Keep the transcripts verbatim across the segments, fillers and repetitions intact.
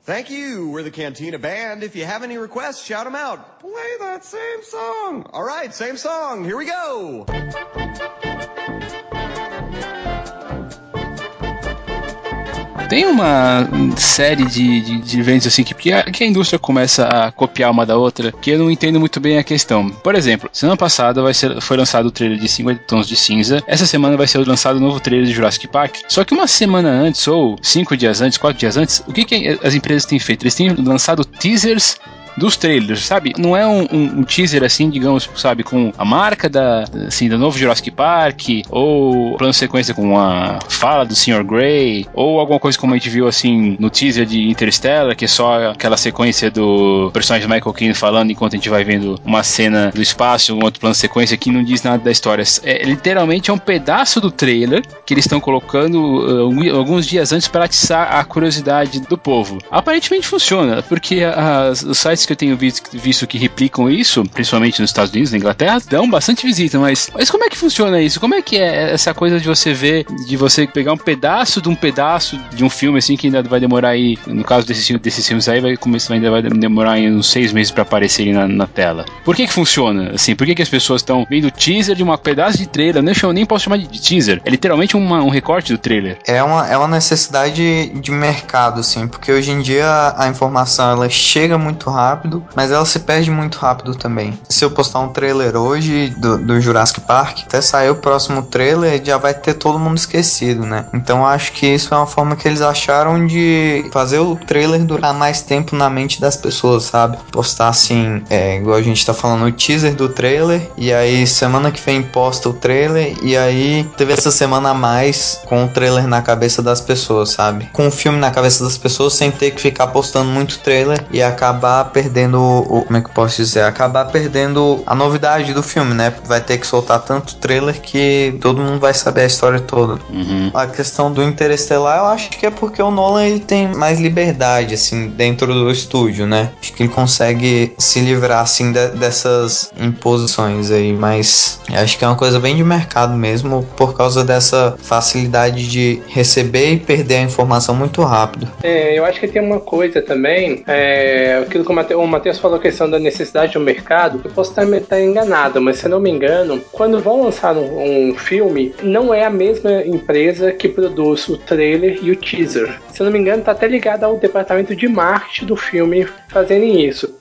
Thank you. We're the Cantina Band. If you have any requests, shout them out. Play that same song. All right, same song. Here we go. Tem uma série de, de, de eventos assim que, que, a, que a indústria começa a copiar uma da outra, que eu não entendo muito bem a questão. Por exemplo, semana passada vai ser, foi lançado o trailer de cinquenta Tons de Cinza. Essa semana vai ser lançado o novo trailer de Jurassic Park. Só que uma semana antes, ou cinco dias antes, quatro dias antes, o que, que as empresas têm feito? Eles têm lançado teasers dos trailers, sabe? Não é um, um, um teaser assim, digamos, sabe, com a marca da, assim, do novo Jurassic Park, ou plano de sequência com a fala do senhor Grey, ou alguma coisa como a gente viu assim no teaser de Interstellar, que é só aquela sequência do personagem Michael Keaton falando enquanto a gente vai vendo uma cena do espaço, um outro plano de sequência que não diz nada da história. É, literalmente é um pedaço do trailer que eles estão colocando uh, alguns dias antes para atiçar a curiosidade do povo. Aparentemente funciona, porque as, os sites que eu tenho visto, visto que replicam isso, principalmente nos Estados Unidos, na Inglaterra, dão bastante visita, mas, mas como é que funciona isso? Como é que é essa coisa de você ver, de você pegar um pedaço de um pedaço de um filme assim que ainda vai demorar aí, no caso desses, desses filmes aí, vai começar, ainda vai demorar aí uns seis meses pra aparecerem na, na tela. Por que que funciona? Assim, por que que as pessoas estão vendo teaser de um pedaço de trailer? Nem, eu nem posso chamar de teaser, é literalmente uma, um recorte do trailer. É uma, é uma necessidade de mercado, assim, porque hoje em dia a, a informação ela chega muito rápido, mas ela se perde muito rápido também. Se eu postar um trailer hoje do, do Jurassic Park, até sair o próximo trailer, já vai ter todo mundo esquecido, né? Então acho que isso é uma forma que eles acharam de fazer o trailer durar mais tempo na mente das pessoas, sabe? Postar assim, é, igual a gente tá falando, o teaser do trailer, e aí semana que vem posta o trailer, e aí teve essa semana a mais com o trailer na cabeça das pessoas, sabe? Com o filme na cabeça das pessoas, sem ter que ficar postando muito trailer e acabar perdendo o, como é que eu posso dizer, acabar perdendo a novidade do filme, né? Vai ter que soltar tanto trailer que todo mundo vai saber a história toda. Uhum. A questão do Interestelar, eu acho que é porque o Nolan ele tem mais liberdade, assim, dentro do estúdio, né? Acho que ele consegue se livrar, assim, de, dessas imposições aí, mas acho que é uma coisa bem de mercado mesmo, por causa dessa facilidade de receber e perder a informação muito rápido. É, eu acho que tem uma coisa também, é, aquilo que o Matheus falou, a questão da necessidade do mercado, eu posso estar, estar enganado, mas se eu não me engano, quando vão lançar um, um filme, não é a mesma empresa que produz o trailer e o teaser. Se eu não me engano, tá até ligado ao departamento de marketing do filme fazerem isso.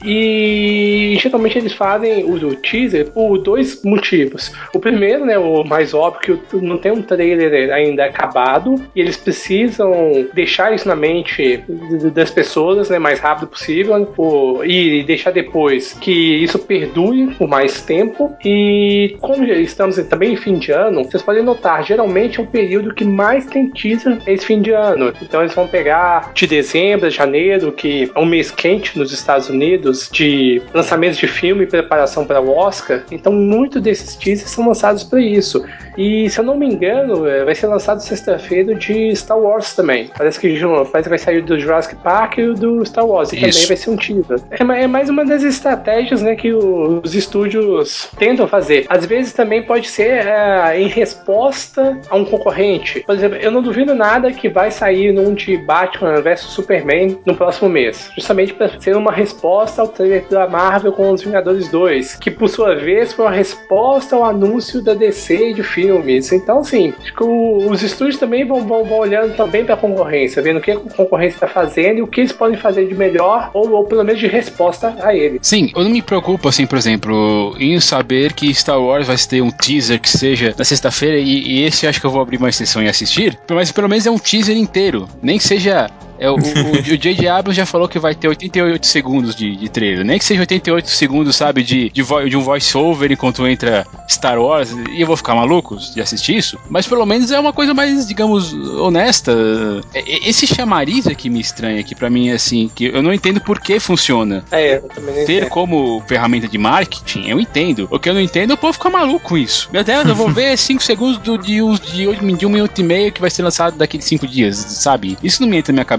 E geralmente eles fazem o, o teaser por dois motivos. O primeiro, né, o mais óbvio, que não tem um trailer ainda acabado e eles precisam deixar isso na mente das pessoas, né, mais rápido possível, por, e deixar depois que isso perdure por mais tempo. E como estamos também em fim de ano, vocês podem notar, geralmente é um período que mais tem teaser esse fim de ano. Então eles vão pegar de dezembro a janeiro, que é um mês quente nos Estados Unidos, de lançamentos de filme e preparação para o Oscar. Então muitos desses teasers são lançados para isso. E se eu não me engano, vai ser lançado sexta-feira de Star Wars também. Parece que, parece que vai sair do Jurassic Park e do Star Wars. E isso também vai ser um teaser. É, é mais uma das estratégias, né, que os estúdios tentam fazer. Às vezes também pode ser é, em resposta a um concorrente. Por exemplo, eu não duvido nada que vai sair num de Batman versus Superman no próximo mês. Justamente para ser uma resposta ao trailer da Marvel com os Vingadores dois. Que por sua vez foi uma resposta ao anúncio da D C de filmes. Então, assim, acho que o, os estúdios também vão, vão, vão olhando também para a concorrência, vendo o que a concorrência está fazendo e o que eles podem fazer de melhor, ou, ou pelo menos de resposta a ele. Sim, eu não me preocupo, assim, por exemplo, em saber que Star Wars vai ter um teaser que seja na sexta-feira, e, e esse eu acho que eu vou abrir uma sessão e assistir, mas pelo menos é um teaser inteiro, nem que seja... É, o, o, o J J Abrams já falou que vai ter oitenta e oito segundos de, de trailer. Nem que seja oitenta e oito segundos, sabe, de, de, vo, de um voice-over enquanto entra Star Wars, e eu vou ficar maluco de assistir isso. Mas pelo menos é uma coisa mais, digamos, honesta. Esse chamariz aqui me estranha, que pra mim é assim, que eu não entendo por que funciona. É, eu também não Ter entendo. Como ferramenta de marketing, eu entendo. O que eu não entendo é o povo ficar maluco com isso. Meu Deus, eu vou ver cinco segundos do, de, de, de um minuto e meio que vai ser lançado daqui a cinco dias, sabe? Isso não me entra na minha cabeça.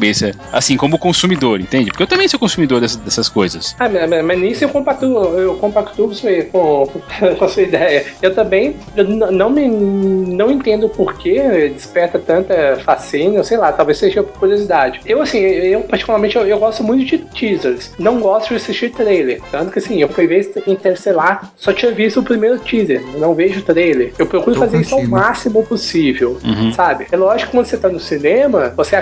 cabeça, assim, como consumidor, entende? Porque eu também sou consumidor dessas, dessas coisas. Ah, mas, mas nisso eu compactuo, eu compactuo com, com a sua ideia. Eu também eu não, me, não entendo por que desperta tanta fascínio, sei lá, talvez seja por curiosidade. Eu, assim, eu particularmente, eu, eu gosto muito de teasers. Não gosto de assistir trailer. Tanto que, assim, eu fui ver Interstellar, só tinha visto o primeiro teaser. Eu não vejo trailer. Eu procuro Tô fazer contigo. isso ao máximo possível, Uhum. sabe? É lógico que quando você tá no cinema, você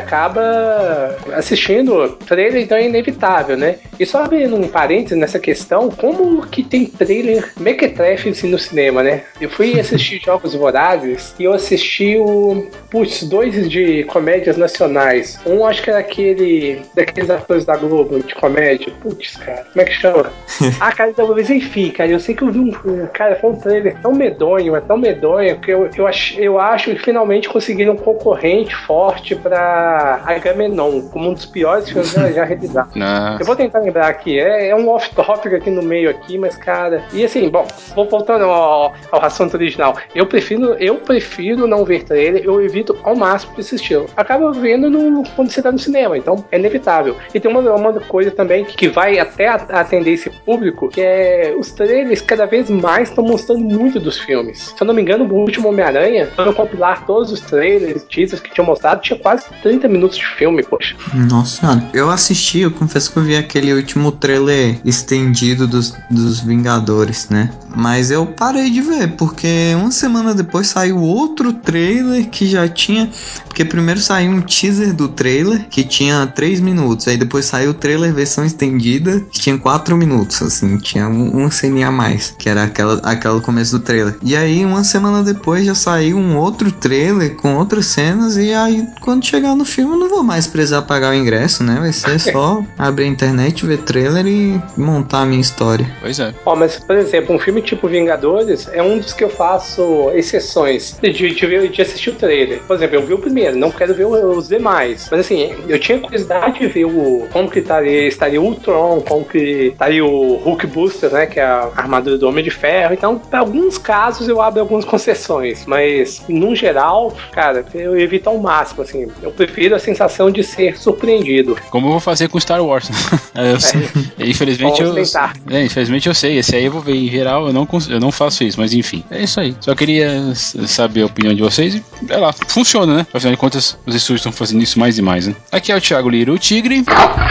acaba assistindo trailer, então é inevitável, né? E só abrindo um parênteses nessa questão, como que tem trailer mequetrefe assim, no cinema, né? Eu fui assistir Jogos Vorazes e eu assisti o... Putz, dois de comédias nacionais. Um acho que era aquele... daqueles atores da Globo de comédia. Putz, cara, como é que chama? Ah, cara, então, mas enfim, cara, eu sei que eu vi um... Cara, foi um trailer tão medonho, é tão medonho, que eu, eu, ach, eu acho que finalmente conseguiram um concorrente forte pra Agamenon, como um dos piores filmes já, já realizados. Nossa. Eu vou tentar lembrar aqui, é, é um off-topic aqui no meio aqui, mas, cara... E assim, bom, vou voltando ao, ao assunto original. Eu prefiro, eu prefiro não ver trailer, eu evito ao máximo de assistir. Acaba vendo no, quando você tá no cinema, então é inevitável. E tem uma, uma coisa também que, que vai até atender esse público, que é os trailers cada vez mais estão mostrando muito dos filmes. Se eu não me engano, o último Homem-Aranha, quando eu compilar todos os trailers, teasers que tinham mostrado, tinha quase trinta minutos de filme, poxa. Nossa senhora. Eu assisti, eu confesso que eu vi aquele último trailer estendido dos, dos Vingadores, né? Mas eu parei de ver, porque uma semana depois saiu outro trailer que já tinha... Porque primeiro saiu um teaser do trailer, que tinha três minutos. Aí depois saiu o trailer versão estendida, que tinha quatro minutos, assim. Tinha um, uma ceninha a mais, que era aquela, aquela começo do trailer. E aí, uma semana depois, já saiu um outro trailer com outras cenas. E aí, quando chegar no filme, eu não vou mais precisar pagar o ingresso, né? Vai ser só abrir a internet, ver trailer e montar a minha história. Pois é. Ó, mas, por exemplo, um filme tipo Vingadores é um dos que eu faço exceções de, de, de, de assistir o trailer. Por exemplo, eu vi o primeiro, não quero ver os demais. Mas assim, eu tinha curiosidade de ver o, como que estaria, estaria o Ultron, como que estaria o Hulk Booster, né? Que é a armadura do Homem de Ferro. Então, para alguns casos, eu abro algumas concessões. Mas, no geral, cara, eu evito ao máximo, assim. Eu prefiro a sensação de ser surpreendido. Como eu vou fazer com Star Wars? eu sei, é. Infelizmente eu, é, infelizmente eu sei. Esse aí eu vou ver. Em geral, eu não, eu não faço isso, mas enfim. É isso aí. Só queria saber a opinião de vocês e, é lá, funciona, né? Afinal de contas, os estúdios estão fazendo isso mais e mais, né? Aqui é o Thiago Lira, o Tigre.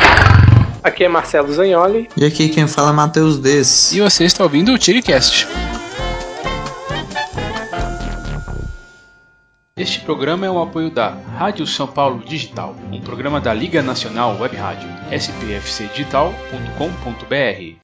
Aqui é Marcelo Zagnoli. E aqui quem fala é Matheus Dess. E você está ouvindo o TigreCast. Este programa é um apoio da Rádio São Paulo Digital, um programa da Liga Nacional Web Rádio, s p f c digital ponto com ponto b r.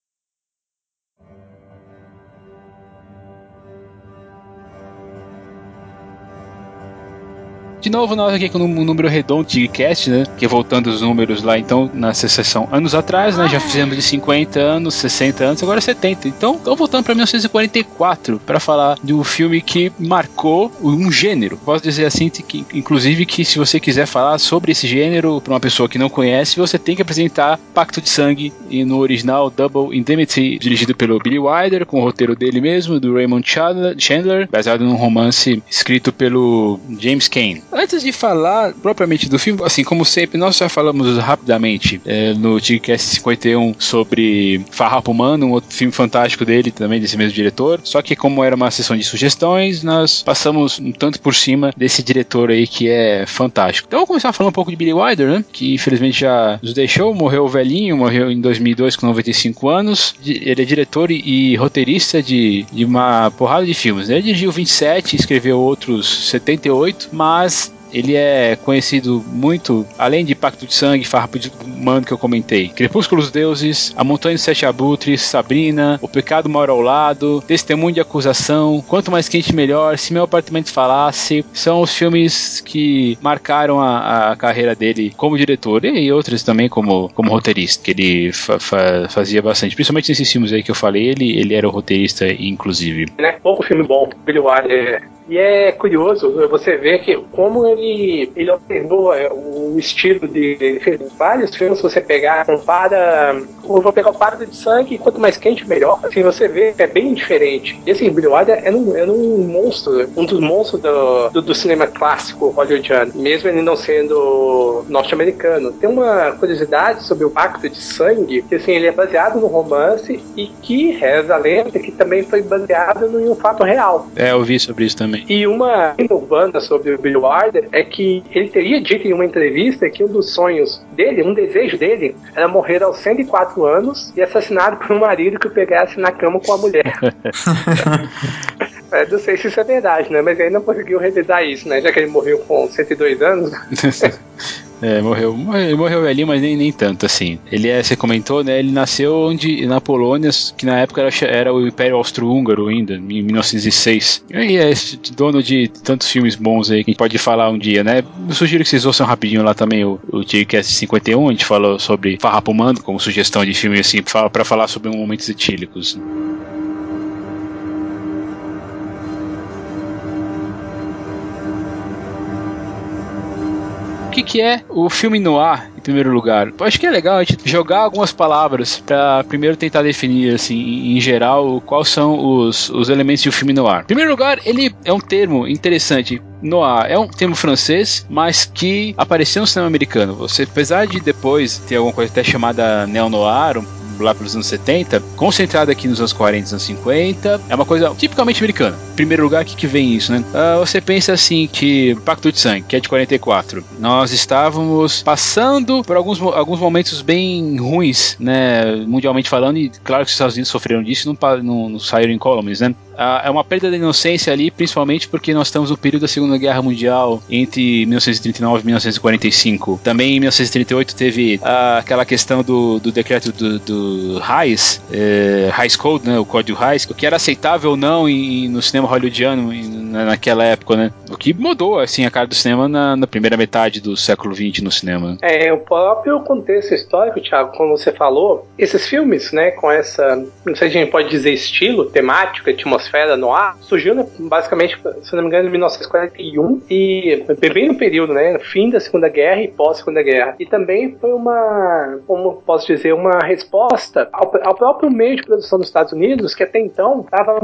De novo, nós aqui com um número redondo de TigreCast, né? Que voltando os números lá, então, na sessão anos atrás, né? Já fizemos de cinquenta anos, sessenta anos, agora setenta. Então, estamos voltando para mil novecentos e quarenta e quatro para falar de um filme que marcou um gênero. Posso dizer assim, que, inclusive, que se você quiser falar sobre esse gênero para uma pessoa que não conhece, você tem que apresentar Pacto de Sangue, e no original Double Indemnity, dirigido pelo Billy Wilder, com o roteiro dele mesmo, do Raymond Chandler, baseado num romance escrito pelo James Cain. Antes de falar propriamente do filme, assim como sempre, nós já falamos rapidamente é, no TigreCast cinquenta e um sobre Farrapo Humano, um outro filme fantástico dele, também desse mesmo diretor, só que como era uma sessão de sugestões, nós passamos um tanto por cima desse diretor aí que é fantástico. Então vamos começar falando um pouco de Billy Wilder, né, que infelizmente já nos deixou, morreu velhinho, morreu em dois mil e dois com noventa e cinco anos, ele é diretor e, e roteirista de, de uma porrada de filmes, né? Ele dirigiu vinte e sete, escreveu outros setenta e oito, mas ele é conhecido muito, além de Pacto de Sangue, Farrapo Humano que eu comentei, Crepúsculo dos Deuses, A Montanha dos Sete Abutres, Sabrina, O Pecado Mora ao Lado, Testemunho de Acusação, Quanto Mais Quente Melhor, Se Meu Apartamento Falasse. São os filmes que marcaram a, a carreira dele como diretor e outros também como, como roteirista, que ele fa, fa, fazia bastante, principalmente nesses filmes aí que eu falei, ele, ele era o roteirista inclusive. Né? Pouco filme bom, Billy Wilder E é curioso você ver que como ele, ele alternou o estilo de... Ele fez vários filmes, se você pegar, compara... Eu vou pegar o Parada de Sangue, quanto mais quente, melhor. Assim, você vê que é bem diferente. E assim, Billy Wilder era um, era um monstro, um dos monstros do, do, do cinema clássico hollywoodiano, mesmo ele não sendo norte-americano. Tem uma curiosidade sobre o Pacto de Sangue, que assim, ele é baseado no romance e que, reza a lenda, que também foi baseado em um fato real. É, eu vi sobre isso também. E uma lenda urbana sobre o Billy Wilder é que ele teria dito em uma entrevista que um dos sonhos dele, um desejo dele, era morrer aos cento e quatro anos e assassinado por um marido que o pegasse na cama com a mulher. É, não sei se isso é verdade, né? Mas ele não conseguiu realizar isso, né? Já que ele morreu com cento e dois anos. É, morreu, morreu, morreu velhinho, mas nem, nem tanto, assim. Ele é, você comentou, né? Ele nasceu onde, na Polônia, que na época era, era o Império Austro-Húngaro ainda, em mil novecentos e seis. E aí é esse dono de tantos filmes bons aí que a gente pode falar um dia, né? Eu sugiro que vocês ouçam rapidinho lá também o, o J Cast cinquenta e um, a gente falou sobre Farrapumando como sugestão de filme, assim, pra, pra falar sobre momentos etílicos. O que, que é o filme noir, em primeiro lugar? Eu acho que é legal a gente jogar algumas palavras para primeiro tentar definir, assim, em, em geral, quais são os, os elementos de um filme noir. Em primeiro lugar, ele é um termo interessante. Noir é um termo francês, mas que apareceu no cinema americano. Você, apesar de depois ter alguma coisa até chamada neo-noir, lá pelos anos setenta, concentrada aqui nos anos quarenta, anos cinquenta, é uma coisa tipicamente americana. Em primeiro lugar, o que, que vem isso, né? Uh, você pensa assim que Pacto de Sangue, que é de quarenta e quatro, nós estávamos passando por alguns, alguns momentos bem ruins, né, mundialmente falando, e claro que os Estados Unidos sofreram disso e não, não, não saíram incólumes, né? Uh, é uma perda da inocência ali, principalmente porque nós estamos no período da Segunda Guerra Mundial, entre mil novecentos e trinta e nove e mil novecentos e quarenta e cinco. Também em mil novecentos e trinta e oito teve uh, aquela questão do, do decreto do, do Hays, eh, Hays Code, né, o Código Hays, o que era aceitável ou não em, no cinema hollywoodiano em, na, naquela época, né? O que mudou, assim, a cara do cinema na, na primeira metade do século vinte no cinema. É, o próprio contexto histórico, Thiago, como você falou, esses filmes, né, com essa, não sei se a gente pode dizer estilo, temática, atmosfera no ar, surgiu, né, basicamente, se não me engano, em mil novecentos e quarenta e um, e bem no período, né, fim da Segunda Guerra e pós-Segunda Guerra. E também foi uma, como posso dizer, uma resposta ao, ao próprio meio de produção dos Estados Unidos, que até então estava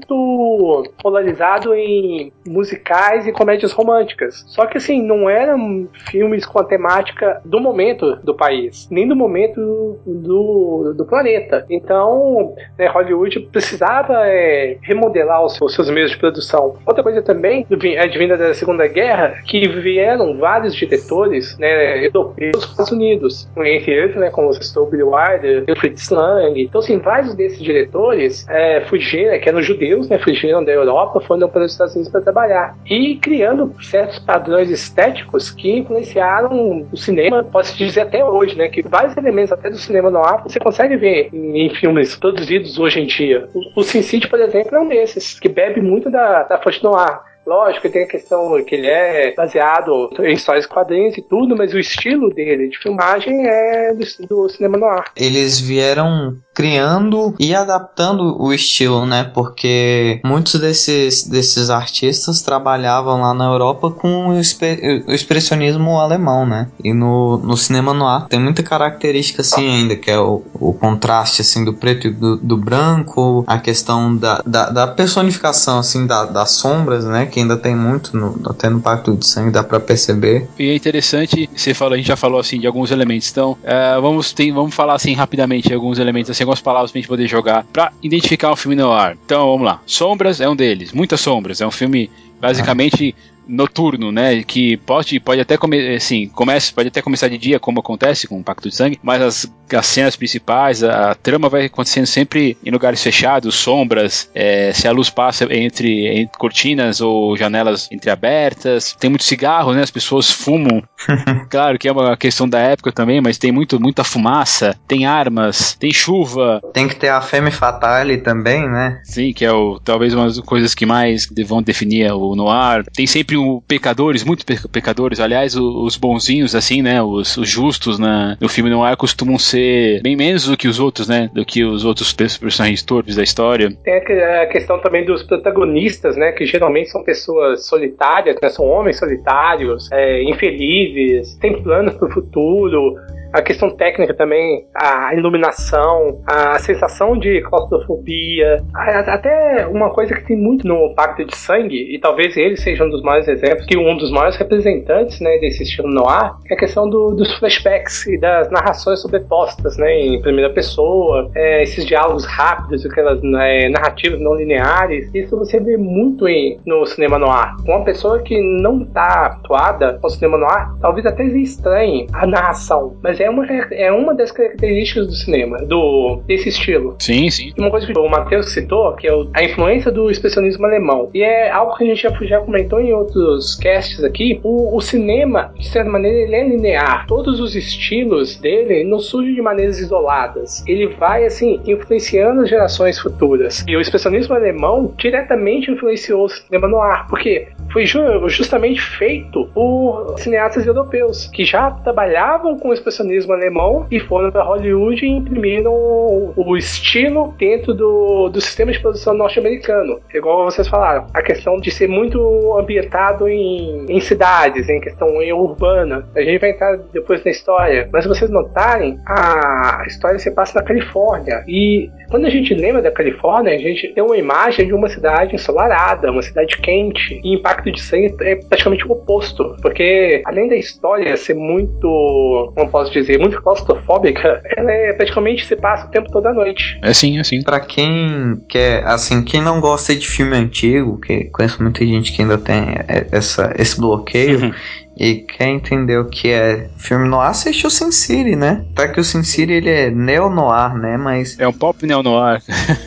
muito polarizado em musicais e comédias românticas. Só que, assim, não eram filmes com a temática do momento do país, nem do momento do, do planeta. Então, né, Hollywood precisava é, remodelar os, os seus meios de produção. Outra coisa também, advinda da Segunda Guerra, que vieram vários diretores, né, europeus dos Estados Unidos. Entre eles, né, como você citou, Billy Wilder, Fritz Lang. Então, assim, vários desses diretores é, fugiram, que eram judeus, né, fugiram da Europa, foram para os Estados Unidos para trabalhar. E criando certos padrões estéticos que influenciaram o cinema, posso dizer até hoje, né, que vários elementos até do cinema noir você consegue ver em, em filmes produzidos hoje em dia. O, o Sin City, por exemplo, é um desses, que bebe muito da, da fonte noir. Lógico que tem a questão que ele é baseado em histórias, quadrinhos e tudo, mas o estilo dele de filmagem é do, do cinema noir. Eles vieram criando e adaptando o estilo, né? Porque muitos desses, desses artistas trabalhavam lá na Europa com o, espe- o expressionismo alemão, né? E no, no cinema noir tem muita característica assim ainda, que é o, o contraste assim do preto e do, do branco, a questão da, da, da personificação assim da, das sombras, né? Que ainda tem muito, no, até no Pacto de Sangue dá pra perceber. E é interessante, você falou, a gente já falou assim de alguns elementos, então uh, vamos, tem, vamos falar assim rapidamente alguns elementos, assim, algumas palavras pra gente poder jogar pra identificar um filme noir. Então vamos lá, Sombras é um deles, muitas sombras, é um filme basicamente ah. noturno, né, que pode, pode até come, assim, começa, pode até começar de dia, como acontece com o Pacto de Sangue, mas as, as cenas principais, a, a trama vai acontecendo sempre em lugares fechados, sombras, é, se a luz passa entre, entre cortinas ou janelas entreabertas, tem muito cigarro, né, as pessoas fumam, claro que é uma questão da época também, mas tem muito, muita fumaça, tem armas, tem chuva. Tem que ter a femme fatale também, né? Sim, que é o, talvez uma das coisas que mais vão definir o o noir. Tem sempre o pecadores, muitos pecadores. Aliás, os bonzinhos, assim, né? Os, os justos na, no filme noir costumam ser bem menos do que os outros, né? Do que os outros personagens torpes da história. Tem a questão também dos protagonistas, né? Que geralmente são pessoas solitárias, né, são homens solitários, é, infelizes, tem planos pro futuro. A questão técnica também, a iluminação, a sensação de claustrofobia, até uma coisa que tem muito no Pacto de Sangue, e talvez ele seja um dos maiores exemplos, que um dos maiores representantes, né, desse estilo noir, é a questão do, dos flashbacks e das narrações sobrepostas, né, em primeira pessoa, é, esses diálogos rápidos, aquelas é, narrativas não lineares. Isso você vê muito em, no cinema noir. Uma pessoa que não está atuada ao cinema noir, talvez até estranhe a narração, mas é uma, é uma das características do cinema, do, desse estilo. Sim, sim. Uma coisa que o Matheus citou, que é a influência do expressionismo alemão. E é algo que a gente já, já comentou em outros casts aqui. O, o cinema, de certa maneira, ele é linear. Todos os estilos dele não surgem de maneiras isoladas. Ele vai, assim, influenciando as gerações futuras. E o expressionismo alemão diretamente influenciou o cinema noir, porque foi ju- justamente feito por cineastas europeus, que já trabalhavam com o expressionismo alemão e foram para Hollywood e imprimiram o, o estilo dentro do, do sistema de produção norte-americano. Igual vocês falaram, a questão de ser muito ambientado em, em cidades, em questão urbana. A gente vai entrar depois na história, mas se vocês notarem, a história se passa na Califórnia, e quando a gente lembra da Califórnia, a gente tem uma imagem de uma cidade ensolarada, uma cidade quente, e Impacto de Sangue é praticamente o oposto, porque além da história ser muito, como posso dizer, muito claustrofóbica, ela é praticamente se passa o tempo todo à noite. É sim, é sim. Pra quem quer, assim, quem não gosta de filme antigo, que conheço muita gente que ainda tem essa, esse bloqueio, uhum. E quer entender o que é filme noir, assiste o Sin City, né? Tá que o Sin City, ele é neo-noir, né? Mas... é um pop neo-noir.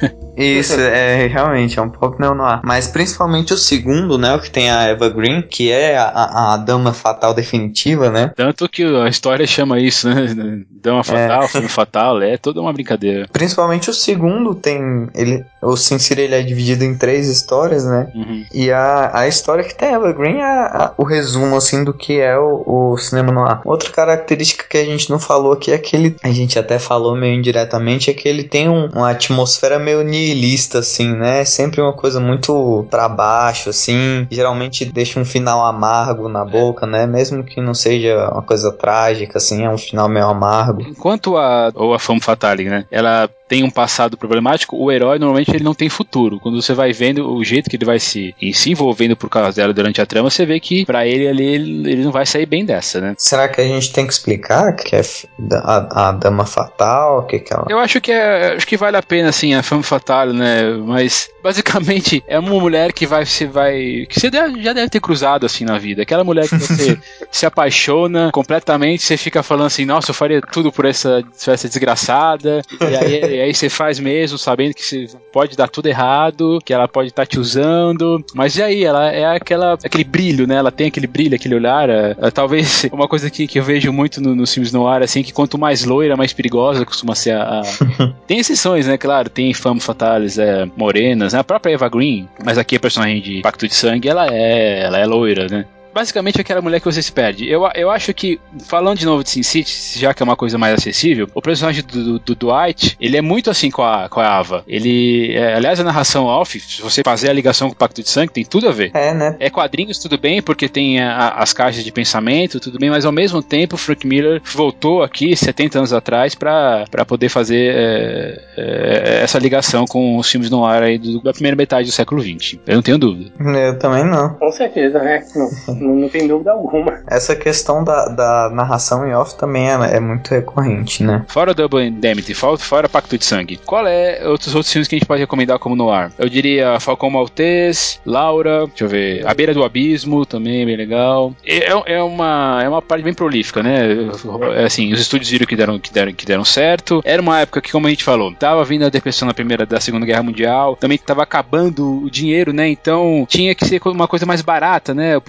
Isso, é, realmente, é um pop neo-noir. Mas principalmente o segundo, né? O que tem a Eva Green, que é a, a, a Dama Fatal definitiva, né? Tanto que a história chama isso, né? Dama Fatal, é. Filme Fatal, é toda uma brincadeira. Principalmente o segundo tem... ele, o Sin City, ele é dividido em três histórias, né? Uhum. E a, a história que tem a Eva Green é a, a, o resumo, assim, do que é o, o cinema noir. Outra característica que a gente não falou aqui é que ele, a gente até falou meio indiretamente, é que ele tem um, uma atmosfera meio nihilista, assim, né? Sempre uma coisa muito pra baixo, assim. Geralmente deixa um final amargo na boca, né? Mesmo que não seja uma coisa trágica, assim, é um final meio amargo. Enquanto a, ou a Femme Fatale, né? Ela tem um passado problemático, o herói normalmente ele não tem futuro. Quando você vai vendo o jeito que ele vai se, se envolvendo por causa dela durante a trama, você vê que pra ele ali, ele, ele não vai sair bem dessa, né? Será que a gente tem que explicar o que é a, a Dama Fatal? O que que ela... Eu acho que, é, acho que vale a pena, assim, a Femme Fatale, né? Mas, basicamente, é uma mulher que vai, você vai... que você deve, já deve ter cruzado, assim, na vida. Aquela mulher que você se apaixona completamente, você fica falando assim, nossa, eu faria tudo por essa, por essa desgraçada, e aí, e aí você faz mesmo, sabendo que você pode dar tudo errado, que ela pode estar te usando, mas e aí, ela é aquela, aquele brilho, né? Ela tem aquele brilho, aquele olhar, é, é, talvez uma coisa que, que eu vejo muito no, nos filmes noir, assim, que quanto mais loira, mais perigosa costuma ser a... a... Tem exceções, né? Claro, tem Femmes Fatales é, morenas, né? A própria Eva Green, mas aqui a personagem de Pacto de Sangue, ela é, ela é loira, né? Basicamente aquela mulher que você se perde. Eu, eu acho que, falando de novo de Sin City, já que é uma coisa mais acessível, o personagem do, do, do Dwight, ele é muito assim com a, com a Ava. Ele, é, aliás, a narração off, se você fazer a ligação com o Pacto de Sangue, tem tudo a ver. É, né? É quadrinhos, tudo bem, porque tem a, as caixas de pensamento, tudo bem, mas ao mesmo tempo o Frank Miller voltou aqui, setenta anos atrás, pra, pra poder fazer é, é, essa ligação com os filmes no ar aí do, da primeira metade do século vinte. Eu não tenho dúvida. Eu também não. Com certeza, né? Não. Não, não tem dúvida alguma. Essa questão da, da narração em off também é, é muito recorrente, né? Fora Double Indemnity, fora, fora Pacto de Sangue, qual é outros outros filmes que a gente pode recomendar como noir? Eu diria Falcão Maltês, Laura, deixa eu ver, A Beira do Abismo, também bem legal. É, é, uma, é uma parte bem prolífica, né? É assim, os estúdios viram que deram, que, deram, que deram certo. Era uma época que, como a gente falou, tava vindo a depressão da primeira, da Segunda Guerra Mundial, também tava acabando o dinheiro, né? Então tinha que ser uma coisa mais barata, né? Porque tudo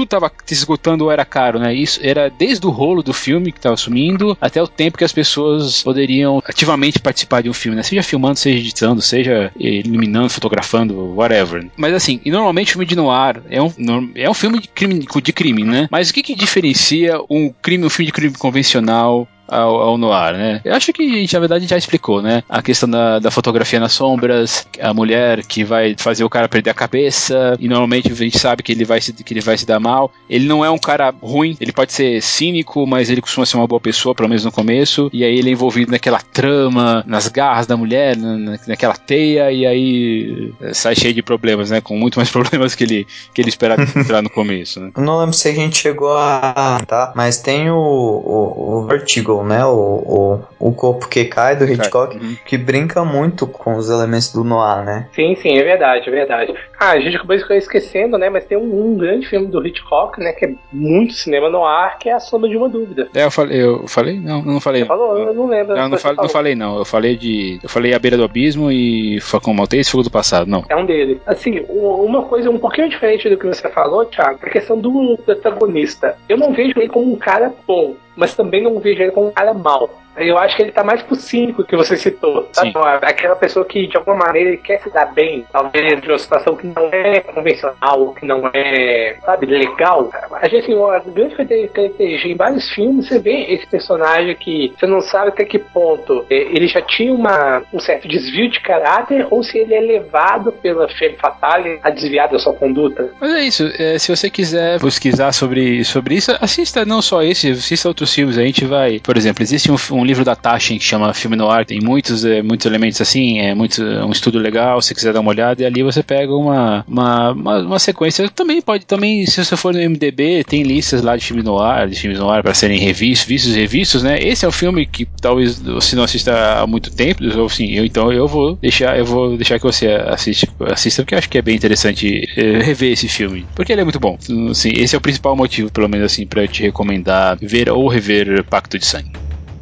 tudo tava se esgotando ou era caro, né? Isso era desde o rolo do filme que tava sumindo até o tempo que as pessoas poderiam ativamente participar de um filme, né? Seja filmando, seja editando, seja iluminando, fotografando, whatever. Mas assim, e normalmente o filme de noir é um, é um filme de crime, de crime, né? Mas o que que diferencia um crime, um filme de crime convencional Ao, ao noir, né? Eu acho que, a gente, na verdade, a gente já explicou, né? A questão da, da fotografia nas sombras, a mulher que vai fazer o cara perder a cabeça, e normalmente a gente sabe que ele vai se, que ele vai se dar mal. Ele não é um cara ruim, ele pode ser cínico, mas ele costuma ser uma boa pessoa, pelo menos no começo, e aí ele é envolvido naquela trama, nas garras da mulher, na, naquela teia, e aí sai cheio de problemas, né? Com muito mais problemas que ele, que ele esperava entrar no começo, né? Eu não lembro se a gente chegou a... tá? Mas tem o, o, o Vertigo, né, o, o, o Corpo que Cai do Hitchcock, uhum. que brinca muito com os elementos do noir, né? Sim, sim, é verdade, é verdade. Ah, a gente acabou esquecendo, né, mas tem um, um grande filme do Hitchcock, né, que é muito cinema noir, que é A Sombra de uma Dúvida. É, eu falei, eu falei? Não, não falei. Você falou? Eu não lembro. Não, não, fal, não falei não, eu falei de, eu falei A Beira do Abismo e Falcão Maltês e Fogo do Passado, não. É um deles. Assim, uma coisa um pouquinho diferente do que você falou, Thiago, a questão do protagonista. Eu não vejo ele como um cara bom, mas também não vejo ele como um cara mau. Eu acho que ele tá mais pro cínico que você citou, sabe? Aquela pessoa que, de alguma maneira, ele quer se dar bem, talvez de uma situação que não é convencional, que não é, sabe, legal. A gente, a grande característica em vários filmes, você vê esse personagem que você não sabe até que ponto ele já tinha uma, um certo desvio de caráter ou se ele é levado pela femme fatale a desviar da sua conduta. Mas é isso, é, se você quiser pesquisar sobre, sobre isso, assista não só esse, assista outros filmes. A gente vai, por exemplo, existe um, um livro da Taschen que chama Filme Noir, tem muitos, é, muitos elementos assim, é muito, um estudo legal, se quiser dar uma olhada, e ali você pega uma, uma, uma, uma sequência. Também pode, também, se você for no M D B, tem listas lá de filme noir, de filmes noir para serem revistos, vistos e revistos, né? Esse é um filme que talvez você não assista há muito tempo, ou sim, eu, então eu vou deixar, eu vou deixar que você assiste, assista, porque eu acho que é bem interessante é, rever esse filme, porque ele é muito bom. Assim, esse é o principal motivo, pelo menos assim, para eu te recomendar ver ou rever Pacto de Sangue.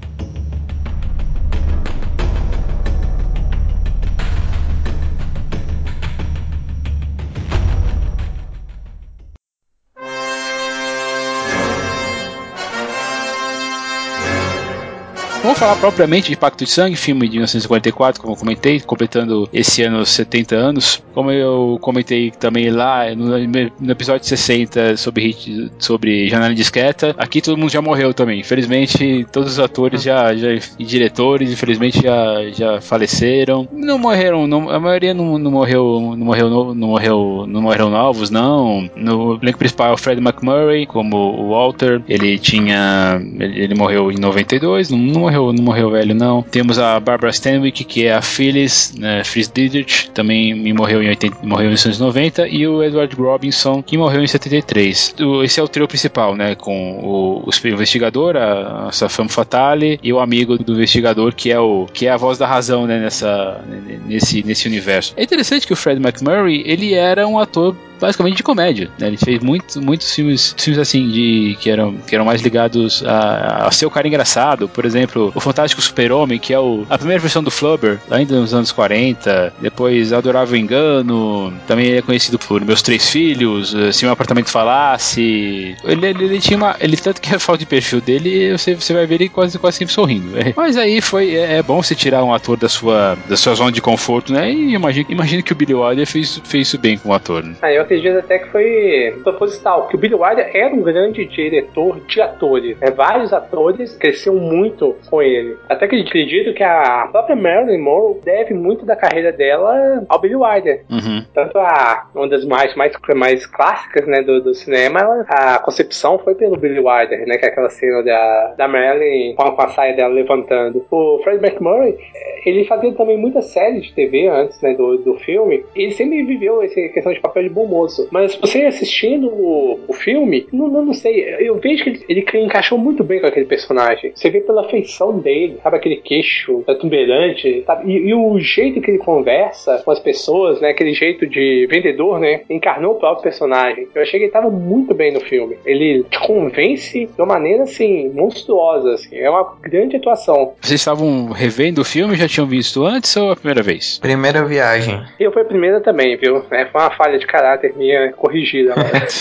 Vamos falar propriamente de Pacto de Sangue, filme de mil novecentos e quarenta e quatro, como eu comentei, completando esse ano setenta anos. Como eu comentei também lá no, no episódio sessenta sobre, hit, sobre Janela Discreta, aqui todo mundo já morreu também. Infelizmente, todos os atores já, já, e diretores, infelizmente, já, já faleceram. Não morreram, não, a maioria não, não morreu, não morreu, não, não morreu, não morreram novos, não. No elenco principal é o Fred McMurray, como o Walter. Ele tinha, ele, ele morreu em noventa e dois, não, não morreu Não morreu velho, não. Temos a Barbara Stanwyck, que é a Phyllis, né, Phyllis Dietrich, também me morreu em, oitenta, morreu em mil novecentos e noventa, e o Edward Robinson, que morreu em setenta e três. Esse é o trio principal, né, com o, o investigador, a, a femme fatale, e o amigo do investigador, que é, o, que é a voz da razão, né, nessa, nesse, nesse universo. É interessante que o Fred McMurray, ele era um ator basicamente de comédia, né? Ele fez muito, muitos filmes, filmes assim de, que, eram, que eram mais ligados a, a ser o cara engraçado. Por exemplo, o Fantástico Super-Homem, que é o, a primeira versão do Flubber, ainda nos anos quarenta. Depois Adorável Engano, também é conhecido por Meus Três Filhos, Se Meu Apartamento Falasse. Ele, ele, ele tinha uma, ele tanto que a falta de perfil dele, você, você vai ver ele quase, quase sempre sorrindo. É. Mas aí foi, é, é bom você tirar um ator da sua, da sua zona de conforto, né? E imagino, imagino que o Billy Wilder fez, fez isso bem com o ator, né? Ah, eu acredito até que foi proposital, que o Billy Wilder era um grande diretor de atores, né? Vários atores cresceram muito com ele. Até que eu acredito que a própria Marilyn Monroe deve muito da carreira dela ao Billy Wilder. Uhum. Tanto a, uma das mais, mais, mais clássicas, né, do, do cinema, ela, a concepção foi pelo Billy Wilder, né, que é aquela cena da, da Marilyn com a, com a saia dela levantando. O Fred McMurray, ele fazia também muitas séries de T V antes, né, do, do filme. Ele sempre viveu essa questão de papel de bom moço. Mas você assistindo o, o filme, não, não, não sei, eu vejo que ele, ele encaixou muito bem com aquele personagem. Você vê pela feição dele, sabe, aquele queixo tuberante, sabe, e, e o jeito que ele conversa com as pessoas, né, aquele jeito de vendedor, né, encarnou o próprio personagem. Eu achei que ele estava muito bem no filme. Ele te convence de uma maneira, assim, monstruosa, assim. É uma grande atuação. Vocês estavam revendo o filme, já tinham visto antes ou a primeira vez? Primeira viagem. Eu fui a primeira também, viu? É, foi uma falha de caráter caráter minha corrigida.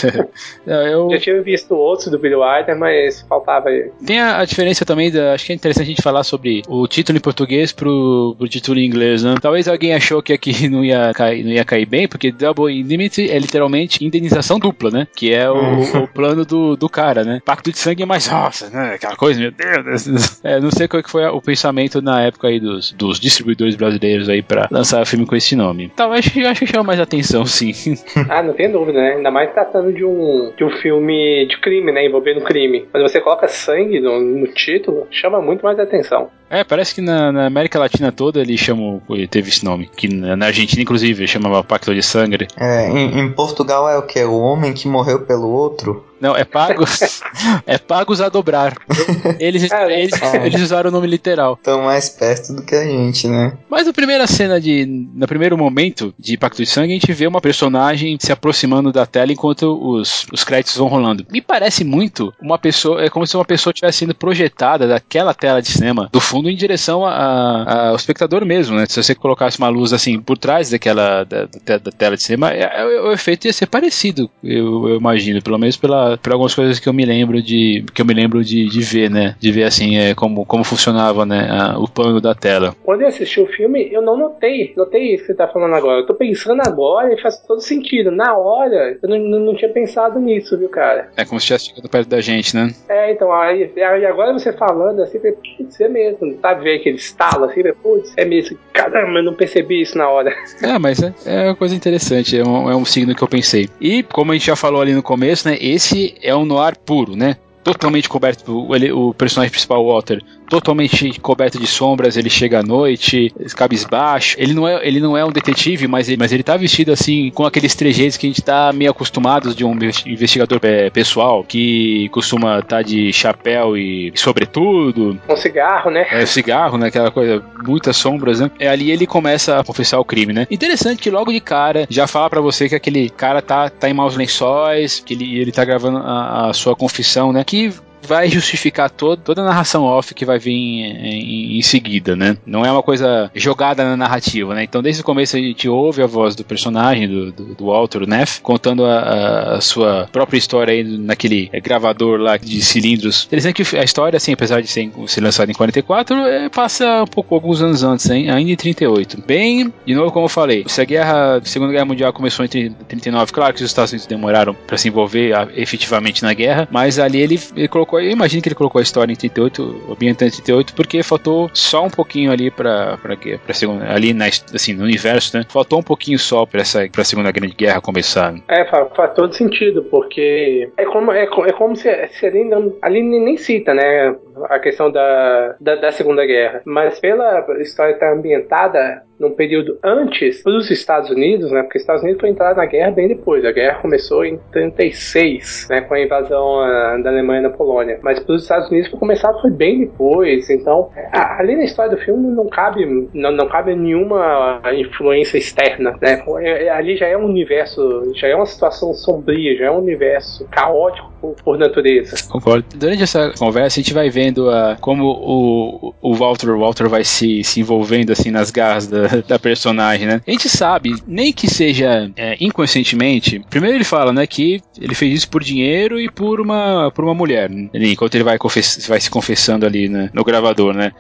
Não, eu... Já tinha visto outros do Billy Wilder, mas faltava ele. Tem a, a diferença também, da, acho que é interessante a gente falar sobre o título em português pro, pro título em inglês, né? Talvez alguém achou que aqui não ia cair, não ia cair bem, porque Double Indemnity é literalmente indenização dupla, né? Que é o, o plano do, do cara, né? Pacto de sangue é mais, nossa, né? Aquela coisa, meu Deus. É, não sei qual que foi o pensamento na época aí dos, dos distribuidores brasileiros aí pra lançar filme com esse nome. Então, acho, acho que chama mais atenção, sim. Ah, não tem dúvida, né? Ainda mais tratando de um, de um filme de crime, né? Envolvendo crime. Quando você coloca sangue no, no título, chama muito mais atenção. É, parece que na, na América Latina toda ele chamou, ele teve esse nome. Que na, na Argentina, inclusive, ele chamava Pacto de Sangue. É, em, em Portugal é o que? O homem que morreu pelo outro? Não, é pagos. É pagos a dobrar. Eles, eles, eles usaram o nome literal. Estão mais perto do que a gente, né? Mas na primeira cena de. No primeiro momento de Pacto de Sangue, a gente vê uma personagem se aproximando da tela enquanto os, os créditos vão rolando. Me parece muito uma pessoa. É como se uma pessoa estivesse sendo projetada daquela tela de cinema, do fundo em direção a, a, ao espectador mesmo, né? Se você colocasse uma luz assim por trás daquela da, da, da tela de cinema, é, é, o efeito ia ser parecido, eu, eu imagino, pelo menos pela por algumas coisas que eu me lembro de que eu me lembro de, de ver, né? De ver assim é, como, como funcionava, né? A, o plano da tela. Quando eu assisti o filme, eu não notei. Notei isso que você tá falando agora. Eu tô pensando agora e faz todo sentido. Na hora, eu não, não, não tinha pensado nisso, viu, cara? É como se estivesse chegando perto da gente, né? É, então, aí, aí agora você falando assim, putz, é mesmo. Sabe ver aquele estalo assim, putz, é mesmo. Caramba, eu não percebi isso na hora. É, mas é, é uma coisa interessante. É um, é um signo que eu pensei. E, como a gente já falou ali no começo, né? Esse é um noir puro, né? Totalmente coberto, ele, o personagem principal, Walter, totalmente coberto de sombras, ele chega à noite, cabisbaixo, ele não é, ele não é um detetive, mas ele, mas ele tá vestido assim, com aqueles trejeitos que a gente tá meio acostumados de um investigador é, pessoal, que costuma estar tá de chapéu e sobretudo. Um cigarro, né? É, cigarro, né? Aquela coisa, muitas sombras, né? É ali ele começa a confessar o crime, né? Interessante que logo de cara já fala pra você que aquele cara tá, tá em maus lençóis, que ele, ele tá gravando a, a sua confissão, né? Que vai justificar todo, toda a narração off que vai vir em, em, em seguida, né? Não é uma coisa jogada na narrativa, né? Então, desde o começo a gente ouve a voz do personagem, do, do, do Walter, o Neff, contando a, a sua própria história aí naquele gravador lá de cilindros. Interessante que a história, assim, apesar de ser, ser lançada em quarenta e quatro, é, passa um pouco, alguns anos antes, hein? Ainda em trinta e oito. Bem, de novo, como eu falei, se a guerra, a Segunda Guerra Mundial começou em trinta e nove, claro que os Estados Unidos demoraram para se envolver a, efetivamente na guerra, mas ali ele, ele colocou eu imagino que ele colocou a história em trinta e oito, ambientando em trinta e oito, porque faltou só um pouquinho ali pra, pra, pra segunda, ali na, assim, no universo, né? Faltou um pouquinho só pra, essa, pra Segunda Grande Guerra começar. É, faz, faz todo sentido, porque é como, é, é como se, se ali, não, ali nem cita, né, a questão da, da, da Segunda Guerra, mas pela história estar ambientada num período antes dos Estados Unidos, né, porque os Estados Unidos foi entrar na guerra bem depois, a guerra começou em trinta e seis, né, com a invasão a, da Alemanha na Polônia, mas para os Estados Unidos foi começar foi bem depois, então a, ali na história do filme não cabe, não, não cabe nenhuma influência externa, né, é, ali já é um universo, já é uma situação sombria, já é um universo caótico por, por natureza. Concordo. Durante essa conversa a gente vai vendo a, como o, o Walter, o Walter vai se, se envolvendo assim nas garras da, da personagem, né? A gente sabe, nem que seja é, inconscientemente, primeiro ele fala, né, que ele fez isso por dinheiro e por uma, por uma mulher, né? Ele, enquanto ele vai, confess, vai se confessando ali, né, no gravador, né?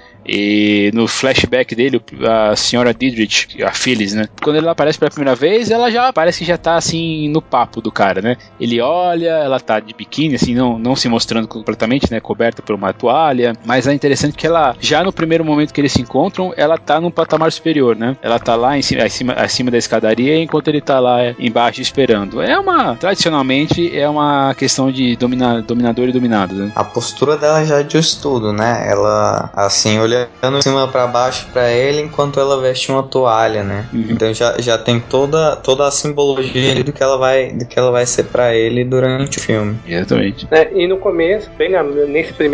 E no flashback dele, a senhora Dietrich, a Phyllis, né? Quando ela aparece pela primeira vez, ela já parece que já tá assim no papo do cara, né? Ele olha, ela tá de biquíni, assim, não, não se mostrando completamente, né? Coberta por uma toalha, mas é interessante que ela, já no primeiro momento que eles se encontram, ela tá num patamar superior, né? Ela tá lá em cima, acima, acima da escadaria, enquanto ele tá lá embaixo esperando. É uma, tradicionalmente, é uma questão de domina, dominador e dominado, né? A postura dela já diz tudo, né? Ela, assim, olhando de cima pra baixo pra ele, enquanto ela veste uma toalha, né? Uhum. Então já, já tem toda, toda a simbologia do que ela vai, do que ela vai ser pra ele durante o filme. Exatamente. É, e no começo, bem nesse primeiro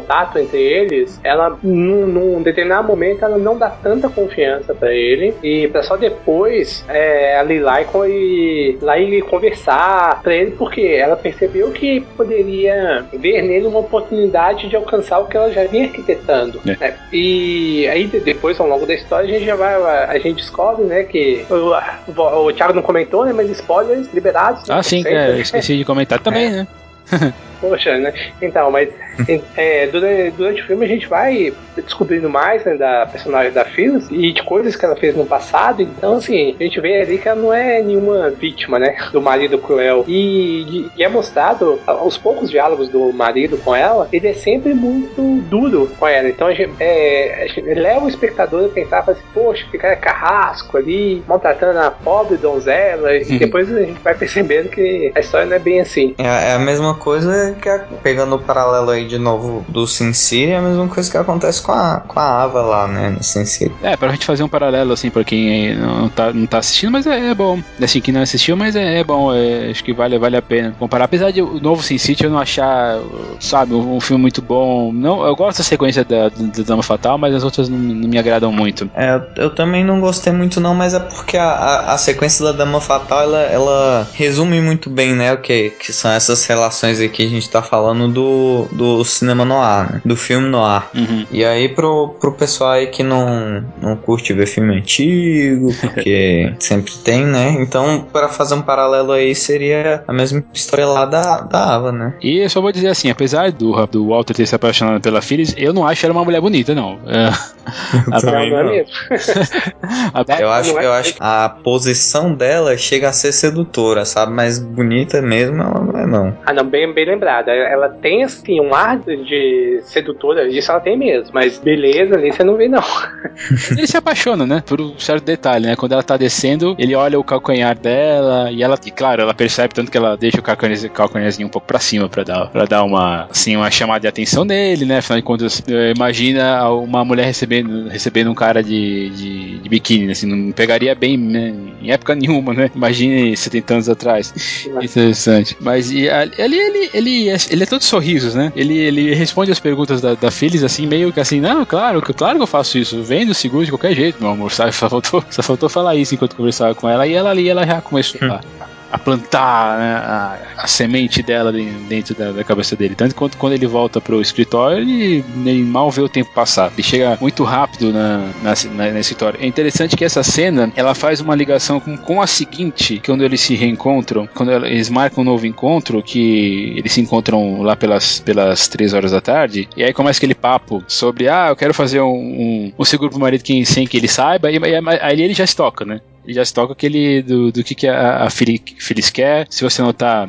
contato entre eles, ela, num, num determinado momento, ela não dá tanta confiança pra ele, e pra só depois é, ela ir lá e, lá e conversar pra ele, porque ela percebeu que poderia ver nele uma oportunidade de alcançar o que ela já vinha arquitetando. É. Né? E aí depois, ao longo da história, a gente já vai, a gente descobre, né, que o, o, o Thiago não comentou, né, mas spoilers liberados. Ah, né, sim, é, esqueci de comentar também, é. né? Poxa, né? Então, mas é, durante, durante o filme a gente vai descobrindo mais, né, da personagem da Phyllis e de coisas que ela fez no passado. Então, assim, a gente vê ali que ela não é nenhuma vítima, né, do marido cruel. E, e é mostrado, os poucos diálogos do marido com ela, ele é sempre muito duro com ela. Então, a gente, é, a gente leva o espectador a pensar, assim, poxa, que cara carrasco ali, maltratando a pobre donzela. E depois a gente vai percebendo que a história não é bem assim. É, é a mesma coisa que, a, pegando o paralelo aí de novo do Sin City, é a mesma coisa que acontece com a, com a Ava lá, né, no Sin City. É, pra gente fazer um paralelo, assim, pra quem não tá, não tá assistindo, mas é, é bom. Assim, quem não assistiu, mas é, é bom, é, acho que vale, vale a pena comparar. Apesar de o novo Sin City eu não achar, sabe, um, um filme muito bom. Não, eu gosto da sequência da, da Dama Fatal, mas as outras não, não me agradam muito. É, eu, eu também não gostei muito não, mas é porque a, a, a sequência da Dama Fatal, ela, ela resume muito bem, né, o que, que são essas relações aí que a gente tá falando do, do cinema noir, né? Do filme noir. Uhum. E aí pro, pro pessoal aí que não, não curte ver filme antigo, porque sempre tem, né? Então, para fazer um paralelo aí, seria a mesma história lá da, da Ava, né? E eu só vou dizer assim, apesar do, do Walter ter se apaixonado pela Phyllis, eu não acho ela uma mulher bonita, não. É, eu também não. não. eu, acho, eu acho que a posição dela chega a ser sedutora, sabe? Mas bonita mesmo ela não é, não. Ah, não, bem, bem lembrada. Ela tem, assim, um ar de sedutora, isso ela tem mesmo, mas beleza ali você não vê, não. Ele se apaixona, né? Por um certo detalhe, né? Quando ela tá descendo, ele olha o calcanhar dela e ela, e claro, ela percebe tanto que ela deixa o calcanhar, calcanharzinho um pouco pra cima pra dar, pra dar uma, assim, uma chamada de atenção nele, né? Afinal de contas, imagina uma mulher recebendo, recebendo um cara de, de, de biquíni, assim, não pegaria bem, né? Em época nenhuma, né? Imagine setenta anos atrás. Interessante. Mas e, ali ele, ele, é, ele é todo sorrisos, né? Ele, ele responde as perguntas da, da Phyllis, assim, meio que assim, não, claro, claro que eu faço isso, vendo seguro de qualquer jeito, meu amor, sabe? Só faltou, só faltou falar isso enquanto conversava com ela, e ela ali, ela já começou a, a plantar, né, a, a semente dela dentro da, da cabeça dele. Tanto quanto quando ele volta pro escritório, ele, ele mal vê o tempo passar. Ele chega muito rápido na, na, na, na escritório. É interessante que essa cena, ela faz uma ligação com, com a seguinte, que quando eles se reencontram, quando eles marcam um novo encontro, que eles se encontram lá pelas, pelas três horas da tarde, e aí começa aquele papo sobre, ah, eu quero fazer um, um, um seguro pro marido que, sem que ele saiba, e, e aí ele já se toca, né? Ele já se toca aquele do, do que, que a, a Phyllis quer. Se você notar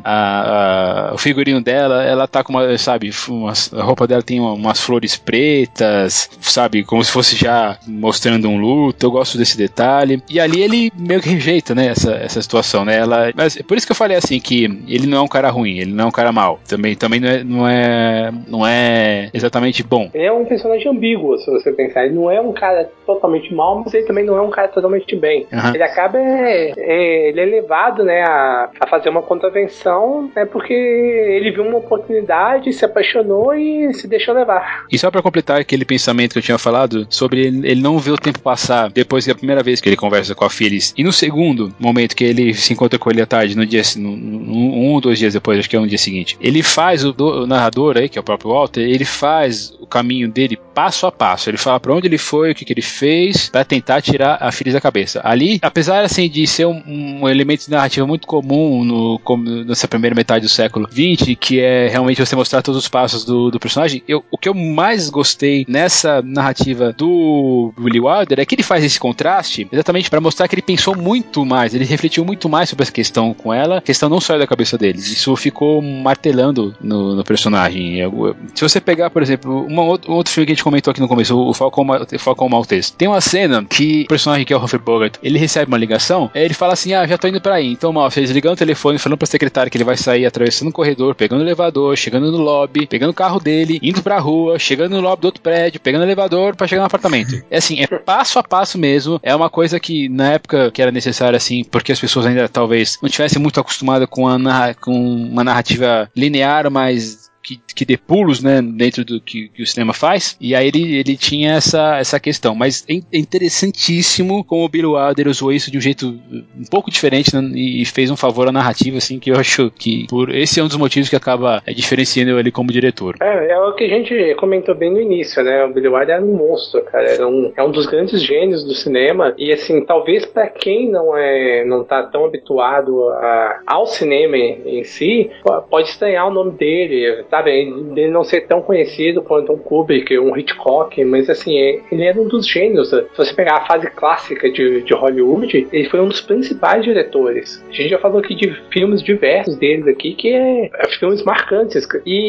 a, a, o figurino dela, ela tá com uma, sabe, umas, a roupa dela tem uma, umas flores pretas, sabe, como se fosse já mostrando um luto. Eu gosto desse detalhe. E ali ele meio que rejeita, né, essa, essa situação, né? Ela, mas por isso que eu falei assim, que ele não é um cara ruim, ele não é um cara mau. Também, também não, é, não, é, não é exatamente bom. Ele é um personagem ambíguo, se você pensar. Ele não é um cara totalmente mau, mas ele também não é um cara totalmente bem. Uhum. Ele acaba é, é, ele é levado, né, a, a fazer uma contravenção, né, porque ele viu uma oportunidade, se apaixonou e se deixou levar. E só pra completar aquele pensamento que eu tinha falado sobre ele, ele não ver o tempo passar depois que a primeira vez que ele conversa com a Phyllis, e no segundo momento que ele se encontra com ele à tarde, no dia, no, no, um ou dois dias depois, acho que é um dia seguinte, ele faz o, do, o narrador aí, que é o próprio Walter, ele faz o caminho dele passo a passo. Ele fala pra onde ele foi, o que, que ele fez pra tentar tirar a Phyllis da cabeça. Ali, apesar assim de ser um, um elemento de narrativa muito comum no, como, nessa primeira metade do século vinte, que é realmente você mostrar todos os passos do, do personagem, eu, o que eu mais gostei nessa narrativa do Billy Wilder é que ele faz esse contraste exatamente para mostrar que ele pensou muito mais, ele refletiu muito mais sobre essa questão com ela, a questão não saiu da cabeça dele, isso ficou martelando no, no personagem. Eu, eu, se você pegar, por exemplo, uma, um outro filme que a gente comentou aqui no começo, o Falcão, Falcão Maltese, tem uma cena que o personagem que é o Humphrey Bogart, ele recebe uma ligação, ele fala assim, ah, já tô indo pra aí. Então, mal, vocês ligando o telefone, falando pra secretária que ele vai sair atravessando o corredor, pegando o elevador, chegando no lobby, pegando o carro dele, indo pra rua, chegando no lobby do outro prédio, pegando o elevador pra chegar no apartamento. É assim, é passo a passo mesmo, é uma coisa que na época que era necessária, assim, porque as pessoas ainda talvez não tivessem muito acostumadas com, a narra- com uma narrativa linear, mas que, que dê pulos, né, dentro do que, que o cinema faz, e aí ele, ele tinha essa, essa questão, mas é interessantíssimo como o Billy Wilder usou isso de um jeito um pouco diferente, né, e fez um favor à narrativa, assim, que eu acho que por esse é um dos motivos que acaba é, diferenciando ele como diretor. É, é o que a gente comentou bem no início, né, o Billy Wilder era um monstro, cara, era um, é um dos grandes gênios do cinema, e assim, talvez pra quem não é, não tá tão habituado a, ao cinema em, em si, pode estranhar o nome dele, sabe, ele não ser tão conhecido quanto um Kubrick, um Hitchcock, mas assim, ele era um dos gênios. Se você pegar a fase clássica de, de Hollywood, ele foi um dos principais diretores. A gente já falou aqui de filmes diversos deles aqui, que é, é filmes marcantes.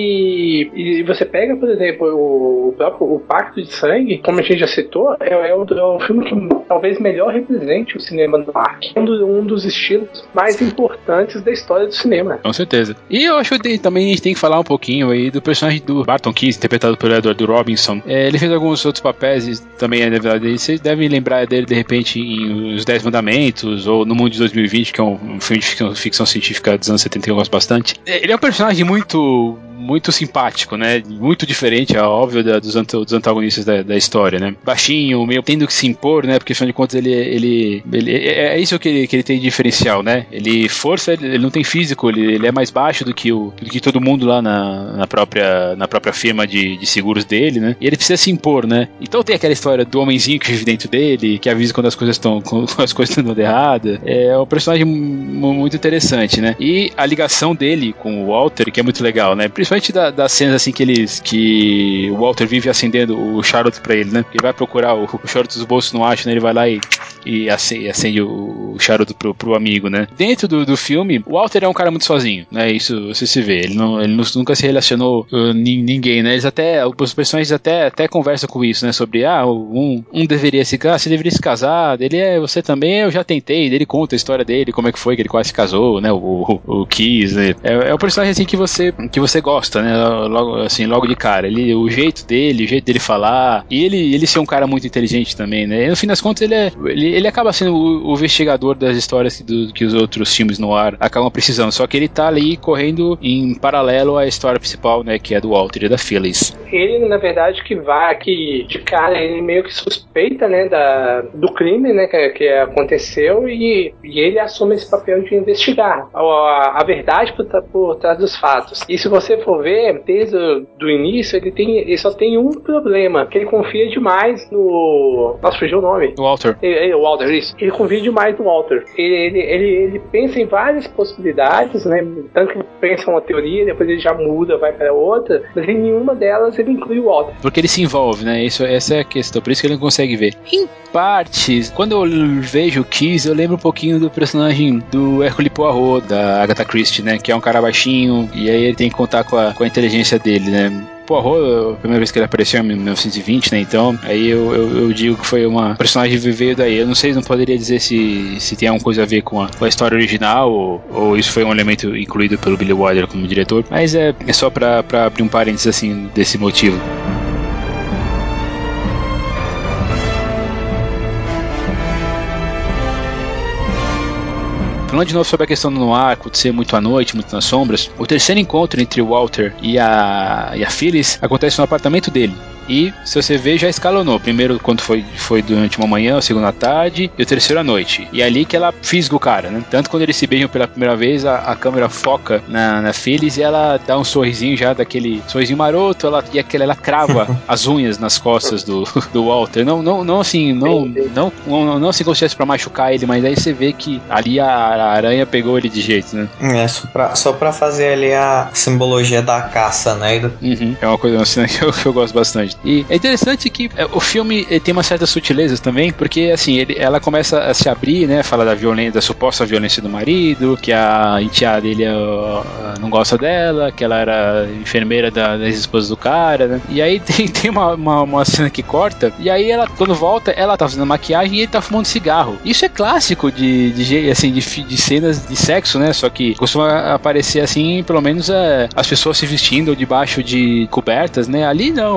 E, e você pega, por exemplo, o, o próprio o Pacto de Sangue, como a gente já citou, é, é, um, é um filme que talvez melhor represente o cinema no ar. É um, do, um dos estilos mais importantes da história do cinema. Com certeza. E eu acho que também a gente tem que falar um pouquinho aí do personagem do Barton Keyes, interpretado pelo Edward Robinson. É, ele fez alguns outros papéis e também é verdade. Vocês devem lembrar dele de repente em Os Dez Mandamentos ou No Mundo de dois mil e vinte, que é um, um filme de ficção, ficção científica dos anos setenta que eu gosto bastante. Ele é um personagem muito muito simpático, né? Muito diferente, é óbvio, da, dos, ant- dos antagonistas da, da história, né? Baixinho, meio tendo que se impor, né? Porque afinal de contas ele, ele, ele é, é isso que ele, que ele tem de diferencial, né? Ele força, ele, ele não tem físico, ele, ele é mais baixo do que, o, do que todo mundo lá na, na, própria, na própria firma de, de seguros dele, né? E ele precisa se impor, né? Então tem aquela história do homenzinho que vive dentro dele, que avisa quando as coisas estão quando as coisas estão erradas. É um personagem m- muito interessante, né? E a ligação dele com o Walter, que é muito legal, né? Principalmente Da, das cenas assim que eles que o Walter vive acendendo o charuto pra ele, né? Ele vai procurar o, o charuto dos bolsos, não acha, né? Ele vai lá e, e acende, acende o, o charuto pro, pro amigo, né? Dentro do, do filme, o Walter é um cara muito sozinho, né? Isso você se vê. Ele, não, ele nunca se relacionou com uh, ninguém, né? Eles até, os personagens até, até conversam com isso, né? Sobre, ah, um, um deveria se casar, você deveria se casar, ele é, você também, eu já tentei, ele conta a história dele, como é que foi que ele quase se casou, né? O, o, o Keys, né? É, é um personagem assim que você, que você gosta, né? Logo, assim, logo de cara. Ele, o jeito dele, o jeito dele falar. E ele, ele ser um cara muito inteligente também, né? E no fim das contas, ele, é, ele, ele acaba sendo o, o investigador das histórias do, que os outros filmes no ar acabam precisando. Só que ele tá ali correndo em paralelo à história principal, né? Que é do Walter e da Phyllis. Ele, na verdade, que vai, que de cara, ele meio que suspeita, né? Da, do crime, né? Que, que aconteceu e, e ele assume esse papel de investigar a, a, a verdade por, por trás dos fatos. E se você for ver, desde o do início, ele, tem, ele só tem um problema, que ele confia demais no... Nossa, fugiu o nome. O Walter. Ele, ele, o Walter, isso. Ele confia demais no Walter. Ele, ele, ele, ele pensa em várias possibilidades, né? Tanto que ele pensa uma teoria, depois ele já muda, vai para outra, mas em nenhuma delas ele inclui o Walter. Porque ele se envolve, né? Isso, essa é a questão, por isso que ele não consegue ver. Em partes, quando eu vejo o Keys, eu lembro um pouquinho do personagem do Hercule Poirot, da Agatha Christie, né? Que é um cara baixinho, e aí ele tem que contar com a, com a inteligência dele, né? Poirot, a primeira vez que ele apareceu em mil novecentos e vinte, né? Então, aí eu, eu, eu digo que foi uma personagem que veio daí. Eu não sei, não poderia dizer se, se tem alguma coisa a ver com a, com a história original ou, ou isso foi um elemento incluído pelo Billy Wilder como diretor, mas é, é só pra, pra abrir um parênteses assim desse motivo. Falando de novo sobre a questão do noir, acontecer muito à noite, muito nas sombras, o terceiro encontro entre o Walter e a, e a Phyllis acontece no apartamento dele. E, se você ver, já escalonou. Primeiro, quando foi, foi durante uma manhã, o segundo à tarde e o terceiro à noite. E é ali que ela fisga o cara, né? Tanto quando eles se beijam pela primeira vez, a, a câmera foca na, na Phyllis e ela dá um sorrisinho já, daquele sorrisinho maroto, ela, e aquela, ela crava as unhas nas costas do, do Walter. Não, não, não assim, não, não, não, não assim como se fosse pra machucar ele, mas aí você vê que ali a, a aranha pegou ele de jeito, né? É, só pra, só pra fazer ali a simbologia da caça, né? Uhum. É uma coisa assim, que, eu, que eu gosto bastante. E é interessante que é, o filme tem umas certas sutilezas também, porque assim, ele, ela começa a se abrir, né? Fala da violência, da suposta violência do marido, que a enteada dele uh, não gosta dela, que ela era enfermeira da, das esposas do cara, né? E aí tem, tem uma, uma, uma cena que corta, e aí ela, quando volta, ela tá fazendo maquiagem e ele tá fumando cigarro. Isso é clássico de, de, assim, de, de cenas de sexo, né? Só que costuma aparecer assim, pelo menos é, as pessoas se vestindo debaixo de cobertas, né? Ali não, ali o,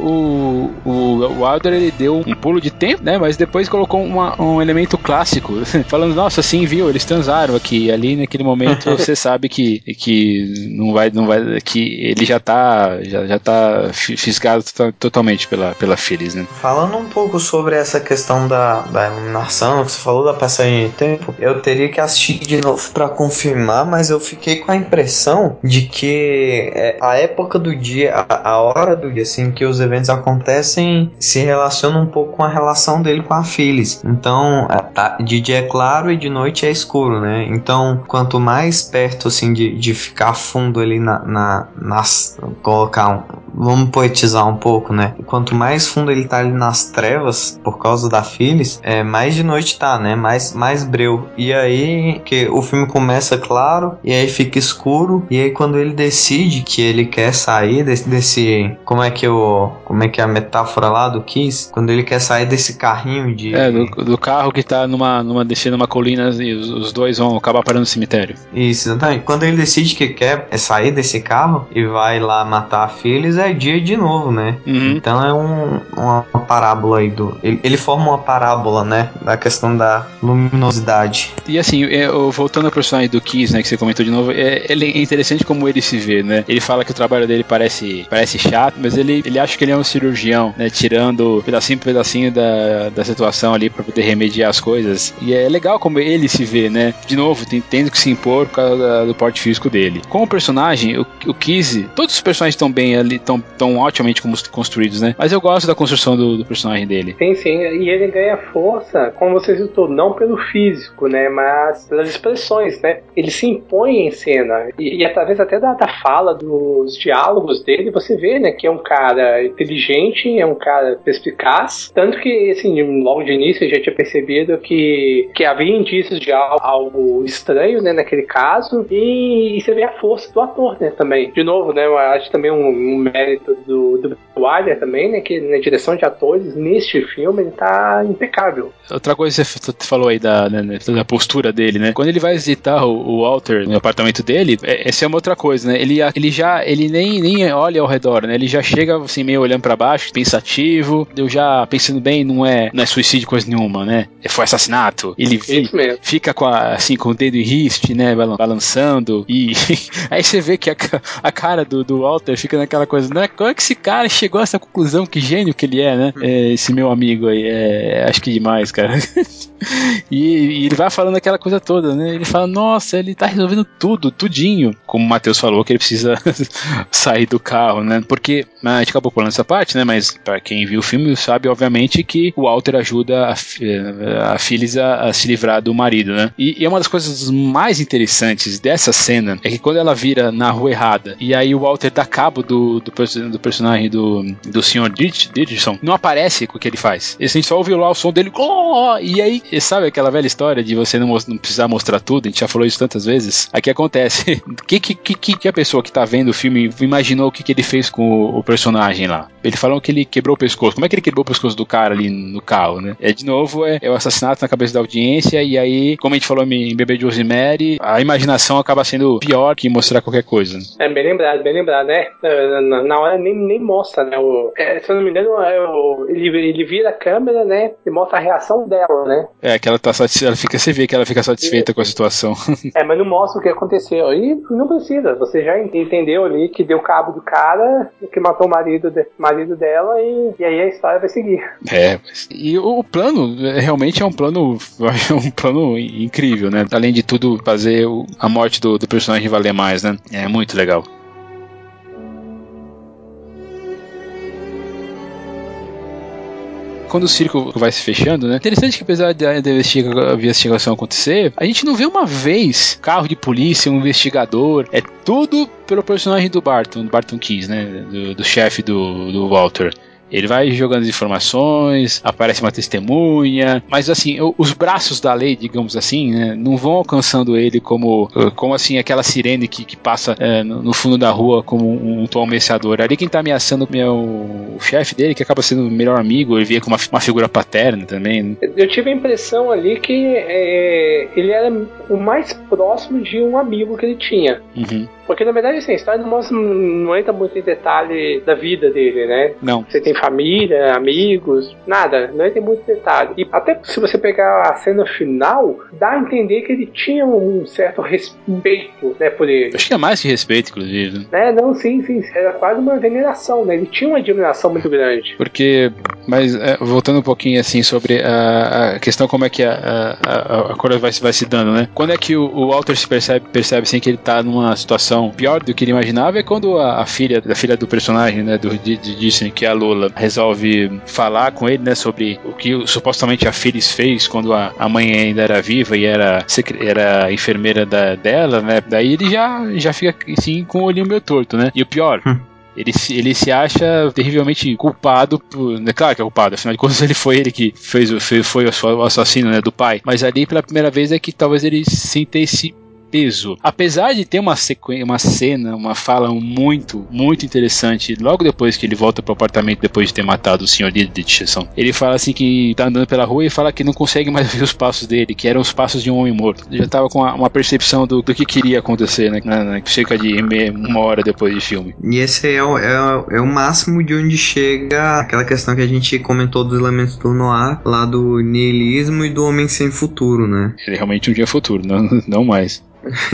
o, o, o Wilder, ele deu um pulo de tempo, né? Mas depois colocou uma, um elemento clássico, falando, nossa, sim, viu, eles transaram aqui. Ali naquele momento você sabe que, que não vai, não vai, que ele já tá, já, já tá fisgado to- totalmente pela, pela Phyllis, né? Falando um pouco sobre essa questão da, da iluminação, que você falou da passagem de tempo, eu teria que assistir de novo pra confirmar, mas eu fiquei com a impressão de que é, a época do dia, a, a hora do dia, assim, que os eventos acontecem, se relaciona um pouco com a relação dele com a Phyllis. Então, a, tá, de dia é claro e de noite é escuro, né? Então, quanto mais perto, assim, de, de ficar fundo ali na, na nas, colocar um, vamos poetizar um pouco, né? Quanto mais fundo ele tá ali nas trevas, por causa da Phyllis, é, mais de noite tá, né? Mais, mais breu. E aí, que o filme começa claro, e aí fica escuro, e aí quando ele decide que ele quer sair desse, desse como é que o, como é que é a metáfora lá do Kiss? Quando ele quer sair desse carrinho de... É, do, do carro que tá numa, numa descendo uma colina e os, os dois vão acabar parando no cemitério. Isso, exatamente. Quando ele decide que quer sair desse carro e vai lá matar a Phyllis, é dia de novo, né? Uhum. Então é um, uma parábola aí do... Ele, ele forma uma parábola, né? Da questão da luminosidade. E assim, eu, voltando ao personagem do Kiss, né, que você comentou de novo, é, ele é interessante como ele se vê, né? Ele fala que o trabalho dele parece, parece chato, mas ele, ele acha que ele é um cirurgião, né? Tirando pedacinho por pedacinho da, da situação ali pra poder remediar as coisas. E é legal como ele se vê, né? De novo, tem, tendo que se impor por causa da, do porte físico dele. Como personagem, o, o Kiss, todos os personagens estão bem ali, estão tão otimamente construídos, né? Mas eu gosto da construção do, do personagem dele. Sim, sim. E ele ganha força, como você citou, não pelo físico, né? Mas pelas expressões, né? Ele se impõe em cena. E, e através até da, da fala, dos diálogos dele, você vê, né? Que é um cara inteligente, é um cara perspicaz. Tanto que, assim, logo de início eu já tinha percebido que, que havia indícios de algo, algo estranho, né? Naquele caso. E, e você vê a força do ator, né? Também. De novo, né? Eu acho também um, um mérito do, do Wilder também, né? Que na direção de atores, neste filme, ele tá impecável. Outra coisa que você falou aí da, né, da postura dele, né? Quando ele vai visitar o, o Walter no apartamento dele, é, essa é uma outra coisa, né? Ele, ele já, ele nem, nem olha ao redor, né? Ele já chega assim meio olhando pra baixo, pensativo, eu já pensando bem, não é, não é suicídio coisa nenhuma, né? Foi assassinato. Ele vi, fica com a, assim, com o dedo em riste, né? Balançando, e aí você vê que a, a cara do, do Walter fica naquela coisa, né? Como é que esse cara chegou a essa conclusão? Que gênio que ele é, né? É, esse meu amigo aí, é, acho que demais, cara. E, e ele vai falando aquela coisa toda, né? Ele fala, nossa, ele tá resolvendo tudo, tudinho. Como o Matheus falou, que ele precisa sair do carro, né? Porque a gente acabou pulando essa parte, né? Mas pra quem viu o filme sabe, obviamente, que o Walter ajuda a, a Phyllis a, a se livrar do marido, né? E, e uma das coisas mais interessantes dessa cena é que quando ela vira na rua errada e aí o Walter dá cabo do, do, do personagem do, do senhor Didgerson, não aparece com o que ele faz. Ele só ouve lá o som dele, oh! E aí, sabe aquela velha história de você não, não precisar mostrar tudo? A gente já falou isso tantas vezes. Aqui acontece. O que, que, que, que a pessoa que tá vendo o filme imaginou o que, que ele fez com o, o personagem lá? Ele falou que ele quebrou o pescoço. Como é que ele quebrou o pescoço do cara ali no carro, né? É, de novo, é, é o assassinato na cabeça da audiência, e aí, como a gente falou em Bebê de Rosemary, a imaginação acaba sendo pior que mostrar qualquer coisa. É bem lembrado, bem lembrado, né? Na, na hora nem, nem mostra, né? O, é, se eu não me engano, é o, ele, ele vira a câmera, né? E mostra a reação dela, né? É, que ela tá satisfeita, ela fica, você vê que ela fica satisfeita é. com a situação. É, mas não mostra o que aconteceu. E não precisa, você já entendeu ali que deu cabo do cara, que matou o marido, de, marido dela, e, e aí a história vai seguir. É, e o, o plano realmente é um plano, é um plano incrível, né? Além de tudo, fazer o, a morte do, do personagem valer mais, né? É muito legal. Quando o circo vai se fechando, né? Interessante que apesar da investigação acontecer, a gente não vê uma vez carro de polícia, um investigador, é tudo pelo personagem do Barton, do Barton Keys, né? Do, do chefe do, do Walter. Ele vai jogando as informações, aparece uma testemunha, mas assim, os braços da lei, digamos assim, né, não vão alcançando ele como, como assim, aquela sirene que, que passa é, no, no fundo da rua como um, um tom ameaçador. Ali quem tá ameaçando é o, o chefe dele, que acaba sendo o melhor amigo, ele via como uma, uma figura paterna também. Né? Eu tive a impressão ali que é, ele era o mais próximo de um amigo que ele tinha. Uhum. Porque, na verdade, assim, a história não, mostra, não entra muito em detalhe da vida dele, né? Não. Você tem família, amigos, nada. Não entra em muito detalhe. E até se você pegar a cena final, dá a entender que ele tinha um certo respeito, né, por ele. Acho que é mais que respeito, inclusive. É, não, sim, sim. Era quase uma veneração, né? Ele tinha uma admiração muito grande. Porque, mas é, voltando um pouquinho assim sobre a, a questão como é que a, a, a coisa vai, vai se dando, né? Quando é que o, o Walter se percebe, percebe assim, que ele tá numa situação pior do que ele imaginava é quando a, a filha, a filha do personagem, né, do de, de Disney, que é a Lola, resolve falar com ele, né, sobre o que supostamente a Phyllis fez quando a, a mãe ainda era viva e era, era enfermeira da, dela, né? Daí ele já, já fica assim com o olhinho meio torto, né? E o pior, Ele se, ele se acha terrivelmente culpado por... É claro que é culpado, afinal de contas ele foi ele que fez, foi, foi o assassino, né, do pai. Mas ali pela primeira vez é que talvez ele sinta esse peso. Apesar de ter uma, sequ... uma cena, uma fala muito, muito interessante, logo depois que ele volta pro apartamento depois de ter matado o senhor de Ditcherson. Ele fala assim que tá andando pela rua e fala que não consegue mais ver os passos dele, que eram os passos de um homem morto. Ele já tava com uma, uma percepção do, do que queria acontecer, né, na, na, cerca de meia, uma hora depois de filme. E esse aí é o, é, o, é o máximo de onde chega aquela questão que a gente comentou dos elementos do noir, lá do niilismo e do homem sem futuro, né? Ele realmente não tinha futuro, não, não mais.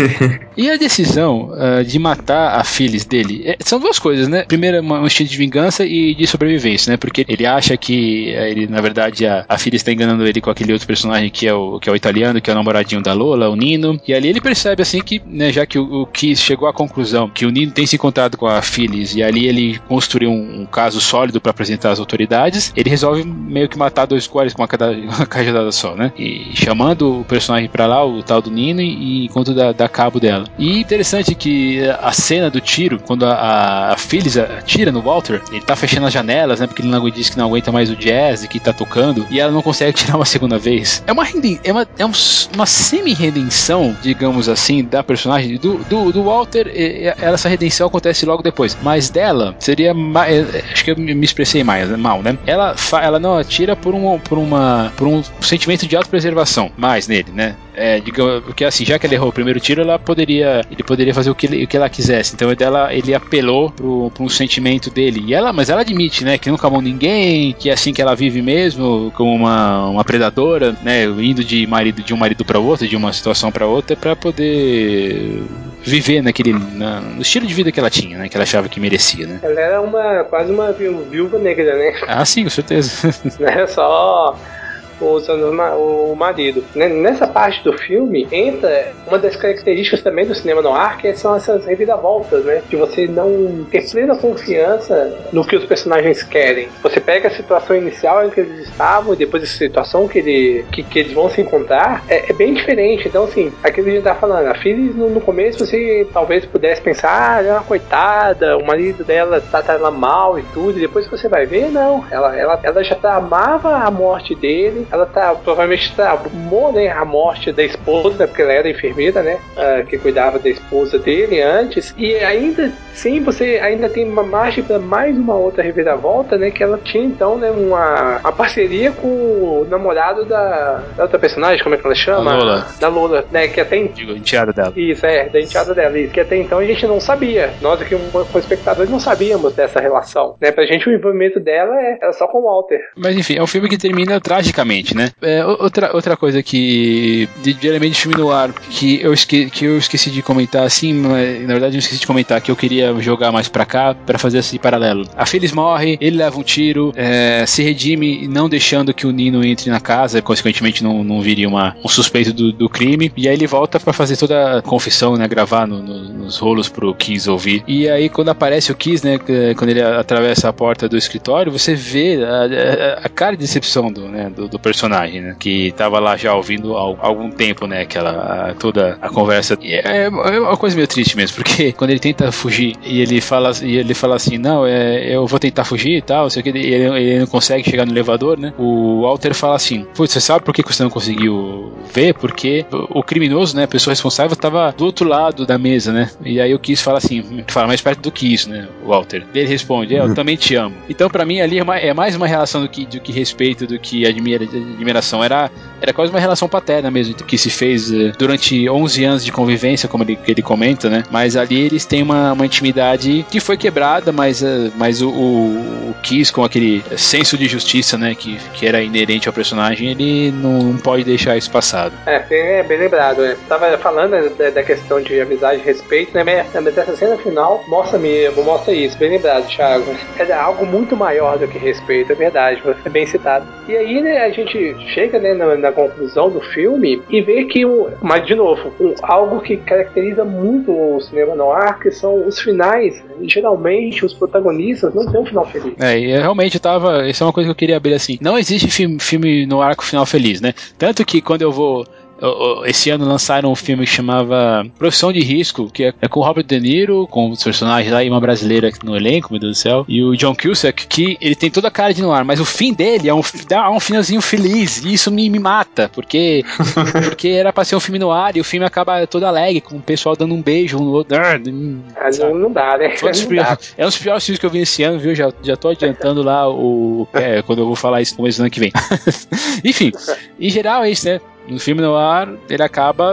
E a decisão uh, de matar a Phyllis dele é, são duas coisas, né? Primeiro, uma, um instinto de vingança e de sobrevivência, né? Porque ele acha que ele, na verdade, a, a Phyllis está enganando ele com aquele outro personagem que é, o, que é o italiano, que é o namoradinho da Lola, o Nino. E ali ele percebe assim que, né, já que o, o Keith chegou à conclusão que o Nino tem se encontrado com a Phyllis e ali ele construiu um, um caso sólido para apresentar às autoridades, ele resolve meio que matar dois coelhos com uma, uma cajadada só, né? E chamando o personagem para lá, o tal do Nino, e enquanto Da, da cabo dela. E interessante que a cena do tiro, quando a, a Phyllis atira no Walter, ele tá fechando as janelas, né? Porque ele não diz que não aguenta mais o jazz que tá tocando, e ela não consegue tirar uma segunda vez. É uma, é uma, é uma semi-redenção, digamos assim, da personagem. Do, do, do Walter, ela, essa redenção acontece logo depois. Mas dela, seria mais, acho que eu me expressei mais, mal, né? Ela, ela não atira por um, por uma, por um sentimento de autopreservação, mais nele, né? É, digamos, porque assim, já que ele errou o primeiro tiro, ela poderia, ele poderia fazer o que, ele, o que ela quisesse. Então dela, ele apelou pro, pro um sentimento dele. E ela, mas ela admite, né, que nunca amou ninguém, que é assim que ela vive mesmo, como uma, uma predadora, né, indo de marido de um marido para outro, de uma situação para outra, para poder viver naquele, na, no estilo de vida que ela tinha, né, que ela achava que merecia, né. Ela era uma quase uma viúva negra, né? Ah, sim, com certeza. Não é só usando o marido. Nessa parte do filme entra uma das características também do cinema noir, que são essas reviravoltas, né? De você não ter plena confiança no que os personagens querem. Você pega a situação inicial em que eles estavam e depois a situação que, ele, que, que eles vão se encontrar, é, é bem diferente. Então, assim, aquilo que a gente tá falando, a Phyllis no, no começo você talvez pudesse pensar, ah, ela é uma coitada, o marido dela trata ela mal e tudo, e depois que você vai ver, não, ela, ela, ela já tá, amava a morte dele. Ela tá, provavelmente tramou, né, a morte da esposa, porque ela era enfermeira, né, uh, que cuidava da esposa dele antes, e ainda sim, você ainda tem uma margem para mais uma outra reviravolta, né, que ela tinha então, né, uma, uma parceria com o namorado da, da outra personagem, como é que ela chama? Da Lola. Da Lola, né, que até... Digo, enteada dela. Isso, é, da enteada dela, isso, que até então a gente não sabia, nós aqui como espectadores não sabíamos dessa relação, né, pra gente o envolvimento dela é, era só com o Walter. Mas enfim, é um filme que termina tragicamente, né? É, outra, outra coisa que de, de elemento de filme no ar que eu, esque, que eu esqueci de comentar assim, mas, na verdade eu esqueci de comentar que eu queria jogar mais pra cá pra fazer esse paralelo. A Phyllis morre, ele leva um tiro, é, se redime não deixando que o Nino entre na casa, consequentemente não, não viria uma, um suspeito do, do crime, e aí ele volta pra fazer toda a confissão, né, gravar no, no, nos rolos pro Keith ouvir. E aí quando aparece o Keith, né, quando ele atravessa a porta do escritório, você vê a, a, a cara de decepção do, né, do, do personagem, né, que tava lá já ouvindo há algum tempo, né, aquela, a, toda a conversa. E é, é uma coisa meio triste mesmo, porque quando ele tenta fugir e ele fala, e ele fala assim, não, é, eu vou tentar fugir e tal, sei que ele, ele não consegue chegar no elevador, né, o Walter fala assim, putz, você sabe por que você não conseguiu ver? Porque o, o criminoso, né, a pessoa responsável tava do outro lado da mesa, né, e aí o Keith fala assim, fala mais perto do Keith, né, o Walter. Ele responde, é, eu também te amo. Então pra mim ali é, uma, é mais uma relação do que, do que respeito, do que admira, admiração. Era, era quase uma relação paterna mesmo, que se fez uh, durante onze anos de convivência, como ele, ele comenta, né? Mas ali eles têm uma, uma intimidade que foi quebrada, mas, uh, mas o, o, o Kiss, com aquele senso de justiça, né, que, que era inerente ao personagem, ele não, não pode deixar isso passado. É, é bem lembrado. Eu tava falando né, da, da questão de amizade e respeito, né? Mas essa cena final mostra mesmo, mostra isso. Bem lembrado, Thiago. É algo muito maior do que respeito, é verdade, você é bem citado. E aí, né, a gente chega né, na, na conclusão do filme e vê que, um, mas de novo, um, algo que caracteriza muito o cinema noir, que são os finais. Geralmente, os protagonistas não têm um final feliz. É, e realmente eu tava. Isso é uma coisa que eu queria abrir assim. Não existe filme, filme noir com final feliz, né? Tanto que quando eu vou. Esse ano lançaram um filme que chamava Profissão de Risco, que é, é com o Robert De Niro, com os personagens lá e uma brasileira no elenco, meu Deus do céu, e o John Cusack, que ele tem toda a cara de noir, mas o fim dele é um, dá um finalzinho feliz, e isso me, me mata, porque, porque era pra ser um filme noir e o filme acaba todo alegre, com o pessoal dando um beijo um no outro. Ah, não, não dá, né? Um dos pior, é um dos piores filmes que eu vi esse ano, viu? Já, já tô adiantando lá o. É, quando eu vou falar isso no começo do ano que vem. Enfim, em geral é isso, né? No filme noir, ele acaba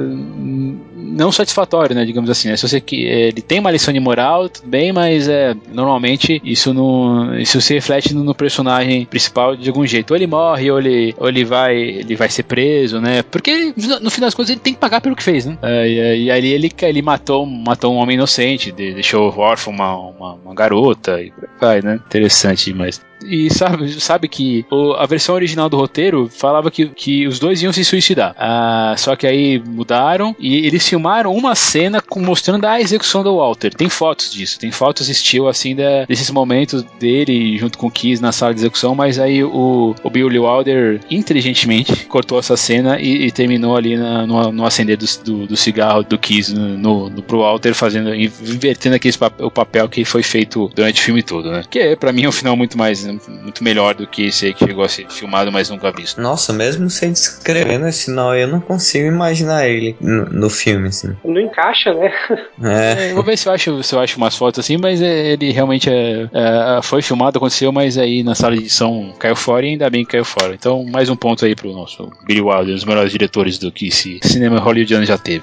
uh, não satisfatório, né, digamos assim, né? Se você, ele tem uma lição de moral, tudo bem, mas é, normalmente isso, não, isso se reflete no, no personagem principal de algum jeito. Ou ele morre, ou ele, ou ele, vai, ele vai ser preso, né? Porque no, no final das contas ele tem que pagar pelo que fez, né? Uh, e, e aí ele, ele matou, matou um homem inocente, deixou órfão uma, uma, uma garota, e vai, né? Interessante demais. E sabe, sabe que o, a versão original do roteiro falava que, que os dois iam se suicidar. Ah, só que aí mudaram e eles filmaram uma cena com, mostrando a execução do Walter. Tem fotos disso, tem fotos estilo assim da, desses momentos dele junto com o Kiss na sala de execução, mas aí o, o Billy Wilder inteligentemente cortou essa cena e, e terminou ali na, no, no acender do, do, do cigarro do Kiss no, no, no, pro Walter, fazendo, invertendo aquele, o papel que foi feito durante o filme todo, né? Que é, pra mim é um final muito mais muito melhor do que esse aí que chegou a ser filmado, mas nunca visto. Nossa, mesmo você descrevendo esse final, eu não consigo imaginar ele no, no filme, assim. Não encaixa, né? É. É, vou ver se eu acho, se eu acho umas fotos assim, mas é, ele realmente é, é, foi filmado, aconteceu, mas aí na sala de edição caiu fora e ainda bem que caiu fora. Então, mais um ponto aí pro nosso Billy Wilder, um dos melhores diretores do que esse cinema hollywoodiano já teve.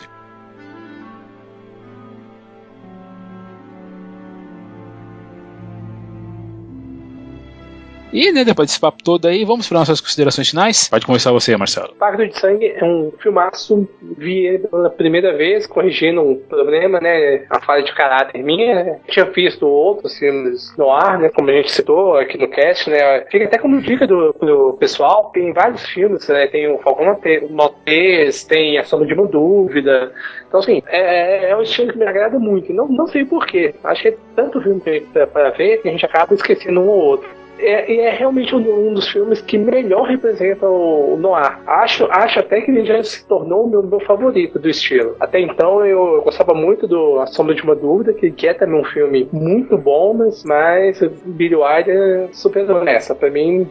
E, né, depois desse papo todo aí, vamos para nossas considerações finais? Pode começar você, Marcelo. Pacto de Sangue é um filmaço, vi ele pela primeira vez, corrigindo um problema, né, a falha de caráter minha. Eu tinha visto outros filmes no ar, né, como a gente citou aqui no cast, né, fica até como dica do, do pessoal, tem vários filmes, né, tem o Falcão Maltês, tem A Sombra de uma Dúvida. Então, assim, é, é um estilo que me agrada muito, não, não sei porquê, acho que é tanto filme para ver que a gente acaba esquecendo um ou outro. É, é realmente um, um dos filmes que melhor representa o, o noir. Acho, acho até que ele já se tornou o meu, meu favorito do estilo. Até então eu, eu gostava muito do A Sombra de uma Dúvida, que, que é também um filme muito bom, mas, mas Billy Wilder superou nessa. Pra mim,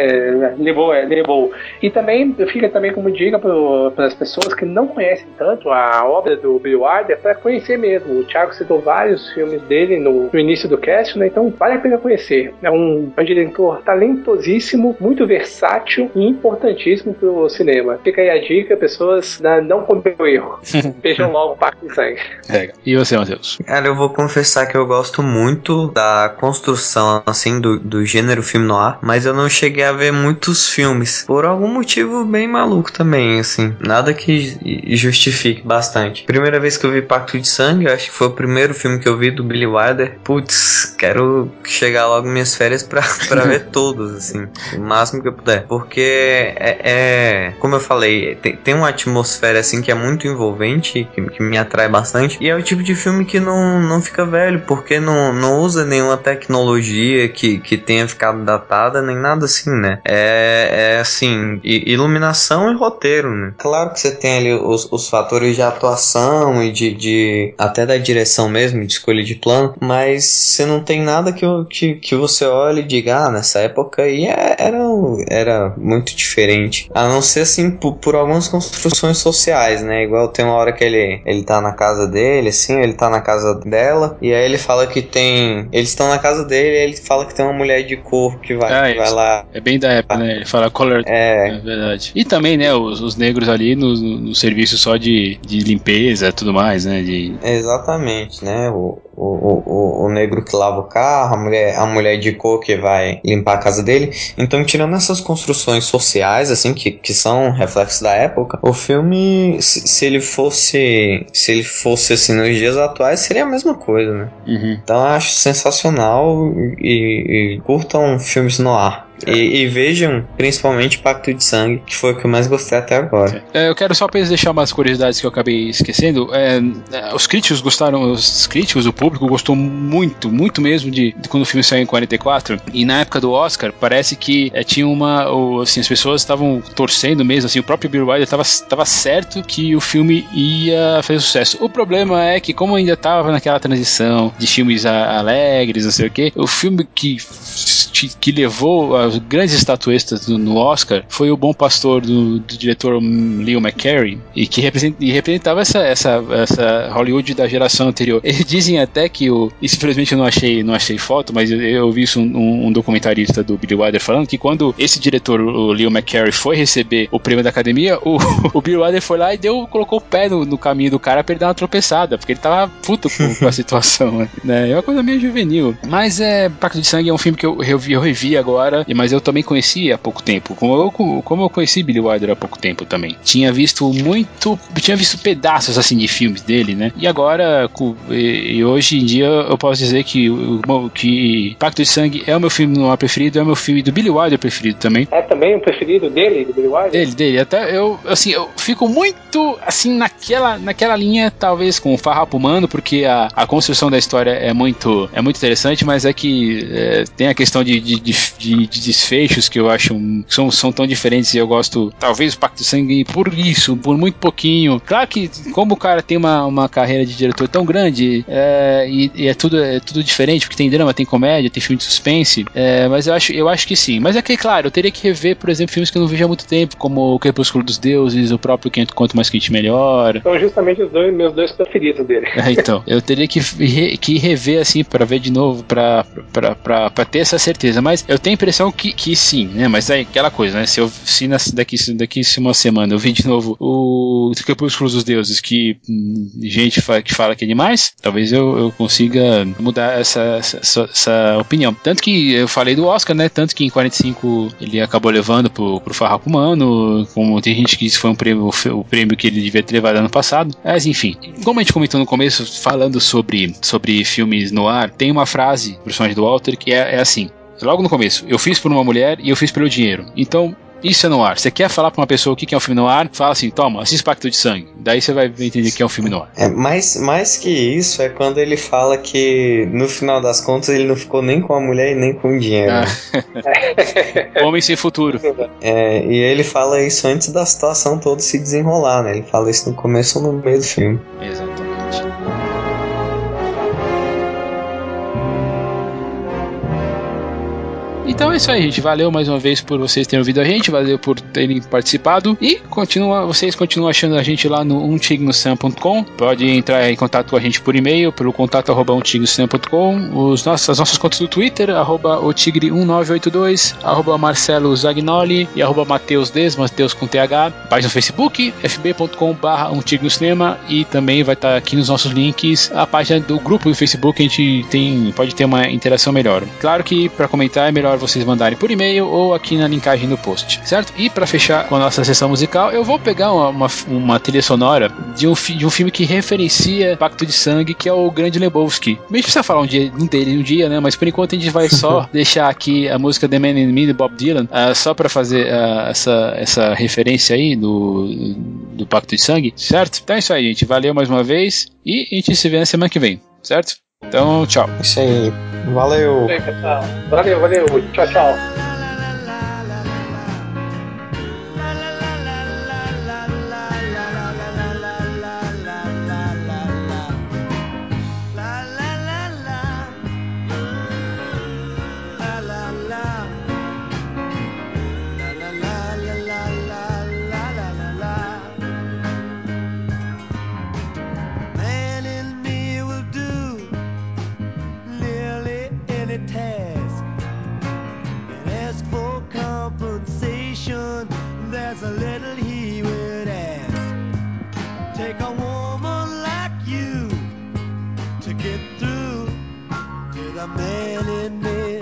é, levou, é, levou. E também fica também como dica para as pessoas que não conhecem tanto a obra do Billy Wilder, para conhecer mesmo. O Thiago citou vários filmes dele no, no início do cast, né? Então vale a pena conhecer. É um diretor talentosíssimo, muito versátil e importantíssimo pro cinema. Fica aí a dica, pessoas não cometam o erro. Vejam logo o Pacto de Sangue. É. E você, Matheus? Cara, eu vou confessar que eu gosto muito da construção, assim, do, do gênero filme noir, mas eu não cheguei a ver muitos filmes, por algum motivo bem maluco também, assim, nada que justifique bastante. Primeira vez que eu vi Pacto de Sangue, acho que foi o primeiro filme que eu vi do Billy Wilder. Putz, quero chegar logo minhas férias pra pra ver todos, assim, o máximo que eu puder, porque é, é como eu falei, tem, tem uma atmosfera, assim, que é muito envolvente, que, que me atrai bastante, e é o tipo de filme que não, não fica velho, porque não, não usa nenhuma tecnologia que, que tenha ficado datada, nem nada assim, né, é, é assim, iluminação e roteiro, né, claro que você tem ali os, os fatores de atuação e de, de, até da direção mesmo, de escolha de plano, mas você não tem tem nada que, que, que você olhe e diga, ah, nessa época aí era, era muito diferente. A não ser, assim, por, por algumas construções sociais, né? Igual tem uma hora que ele, ele tá na casa dele, assim, ele tá na casa dela, e aí ele fala que tem... Eles estão na casa dele e ele fala que tem uma mulher de cor que vai, ah, que vai lá... É bem da época, né? Ele fala color... É... é verdade. E também, né, os, os negros ali no, no serviço só de, de limpeza e tudo mais, né? De... Exatamente, né? O, o, o, o negro que lava o carro, a mulher, a mulher de cor que vai limpar a casa dele. Então, tirando essas construções sociais, assim, que, que são reflexos da época, o filme, se, se ele fosse se ele fosse, assim, nos dias atuais, seria a mesma coisa, né? Uhum. Então, eu acho sensacional e, e curtam filmes no ar. E, e vejam, principalmente, Pacto de Sangue, que foi o que eu mais gostei até agora. É, eu quero só deixar umas curiosidades que eu acabei esquecendo. É, os críticos gostaram, os críticos, o público gostou muito, muito mesmo de, de quando o filme saiu em quarenta e quatro. E na época do Oscar, parece que é, tinha uma, ou, assim, as pessoas estavam torcendo mesmo, assim, o próprio Bill Wilder estava certo que o filme ia fazer sucesso. O problema é que, como ainda estava naquela transição de filmes a, alegres, não sei o que, o filme que que levou as grandes estatuetas do, no Oscar foi O Bom Pastor do, do diretor Leo McCarey e que represent, e representava essa, essa, essa Hollywood da geração anterior. Eles dizem até que o, isso infelizmente eu não achei, não achei foto, mas eu, eu vi isso um, um documentarista do Billy Wilder falando que quando esse diretor, o Leo McCarey, foi receber o prêmio da academia, o, o Billy Wilder foi lá e deu, colocou o pé no, no caminho do cara pra ele dar uma tropeçada, porque ele tava puto com, com a situação, né? É uma coisa meio juvenil. Mas é, Pacto de Sangue é um filme que eu, eu eu revi agora, mas eu também conheci há pouco tempo. Como eu, como eu conheci Billy Wilder há pouco tempo também. Tinha visto muito, tinha visto pedaços assim de filmes dele, né? E agora, e, e hoje em dia, eu posso dizer que, que Pacto de Sangue é o meu filme no ar preferido, é o meu filme do Billy Wilder preferido também. É também o preferido dele, do Billy Wilder? Dele, dele. Até eu, assim, eu fico muito, assim, naquela, naquela linha, talvez, com o Farrapo Humano, porque a, a construção da história é muito, é muito interessante, mas é que é, tem a questão de De, de, de, de desfechos que eu acho que são, são tão diferentes e eu gosto, talvez, o Pacto de Sangue por isso, por muito pouquinho. Claro que, como o cara tem uma, uma carreira de diretor tão grande é, e, e é, tudo, é tudo diferente, porque tem drama, tem comédia, tem filme de suspense, é, mas eu acho, eu acho que sim. Mas é que, claro, eu teria que rever, por exemplo, filmes que eu não vejo há muito tempo, como O Crepúsculo dos Deuses, o próprio Quanto Mais Quente Melhor. São justamente os dois, meus dois preferidos dele. É, então, eu teria que, re, que rever, assim, pra ver de novo, pra, pra, pra, pra ter essa certeza. Mas eu tenho a impressão que, que sim, né? Mas é aquela coisa, né? Se eu se nas, daqui, daqui uma semana eu vi de novo o Crepúsculo dos Deuses, que hum, gente fa, que fala que é demais, talvez eu, eu consiga mudar essa, essa, essa opinião. Tanto que eu falei do Oscar, né? Tanto que em quarenta e cinco ele acabou levando pro, pro Farrapo Humano, como tem gente que isso foi um prêmio, o prêmio que ele devia ter levado ano passado. Mas enfim, como a gente comentou no começo, falando sobre, sobre filmes no ar, tem uma frase, personagem do Walter, que é, é assim. Logo no começo, eu fiz por uma mulher e eu fiz pelo dinheiro. Então, isso é noir. Você quer falar pra uma pessoa o que é um filme noir? Fala assim, toma, assista Pacto de Sangue. Daí você vai entender que é um filme noir. É, mais, mais que isso é quando ele fala que, no final das contas, ele não ficou nem com a mulher e nem com o dinheiro. Ah. Homem sem futuro. É, e ele fala isso antes da situação toda se desenrolar, né? Ele fala isso no começo ou no meio do filme. Exatamente. Então é isso aí, gente. Valeu mais uma vez por vocês terem ouvido a gente, valeu por terem participado e continua, vocês continuam achando a gente lá no um tigre no cinema ponto com. Pode entrar em contato com a gente por e-mail, pelo contato arroba um tigre no cinema ponto com, os nossos, as nossas contas do Twitter, arroba o tigre um nove oito dois, arroba Marcelo Zagnoli e arroba Mateus Des, Mateus com T H, página no Facebook, f b ponto com barra um tigre no cinema, e também vai estar aqui nos nossos links a página do grupo do Facebook, a gente tem, pode ter uma interação melhor. Claro que para comentar é melhor vocês mandarem por e-mail ou aqui na linkagem do post, certo? E para fechar com a nossa sessão musical, eu vou pegar uma, uma, uma trilha sonora de um, de um filme que referencia Pacto de Sangue, que é o Grande Lebowski. A gente precisa falar um dia um dele um dia, né? Mas por enquanto a gente vai só deixar aqui a música The Man in Me de Bob Dylan, uh, só para fazer uh, essa, essa referência aí do, do Pacto de Sangue, certo? Então é isso aí, gente. Valeu mais uma vez e a gente se vê na semana que vem, certo? Então, tchau. Isso aí. Valeu. Valeu, valeu. Tchau, tchau. there's a little he would ask. Take a woman like you to get through to the man in me.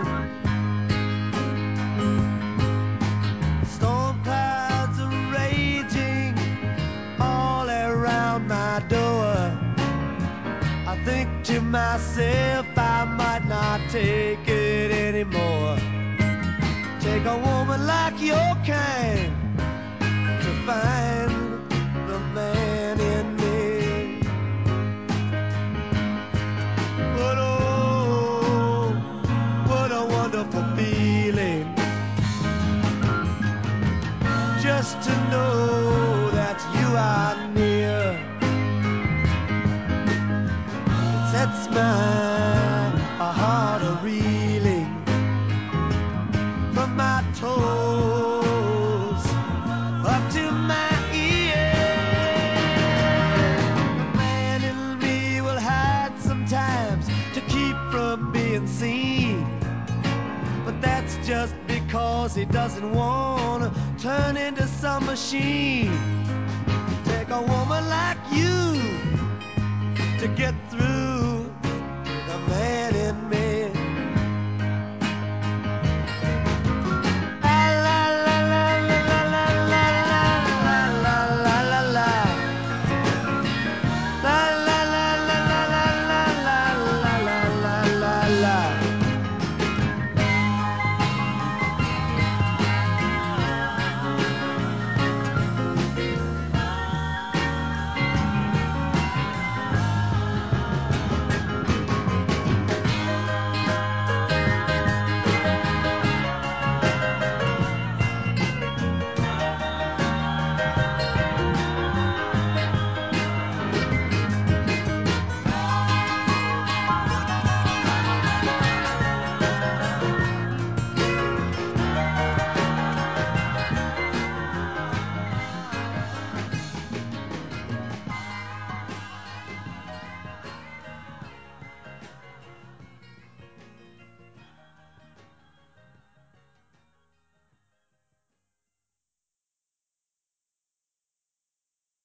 Storm clouds are raging all around my door. I think to myself I might not take it anymore. Take a woman like your kind to find the man in me. But oh, what a wonderful feeling just to know that you are near. It sets my heart a-reeling from my toes up to my ears. The man in me will hide sometimes to keep from being seen, but that's just because he doesn't want to turn into some machine. Take a woman like you to get through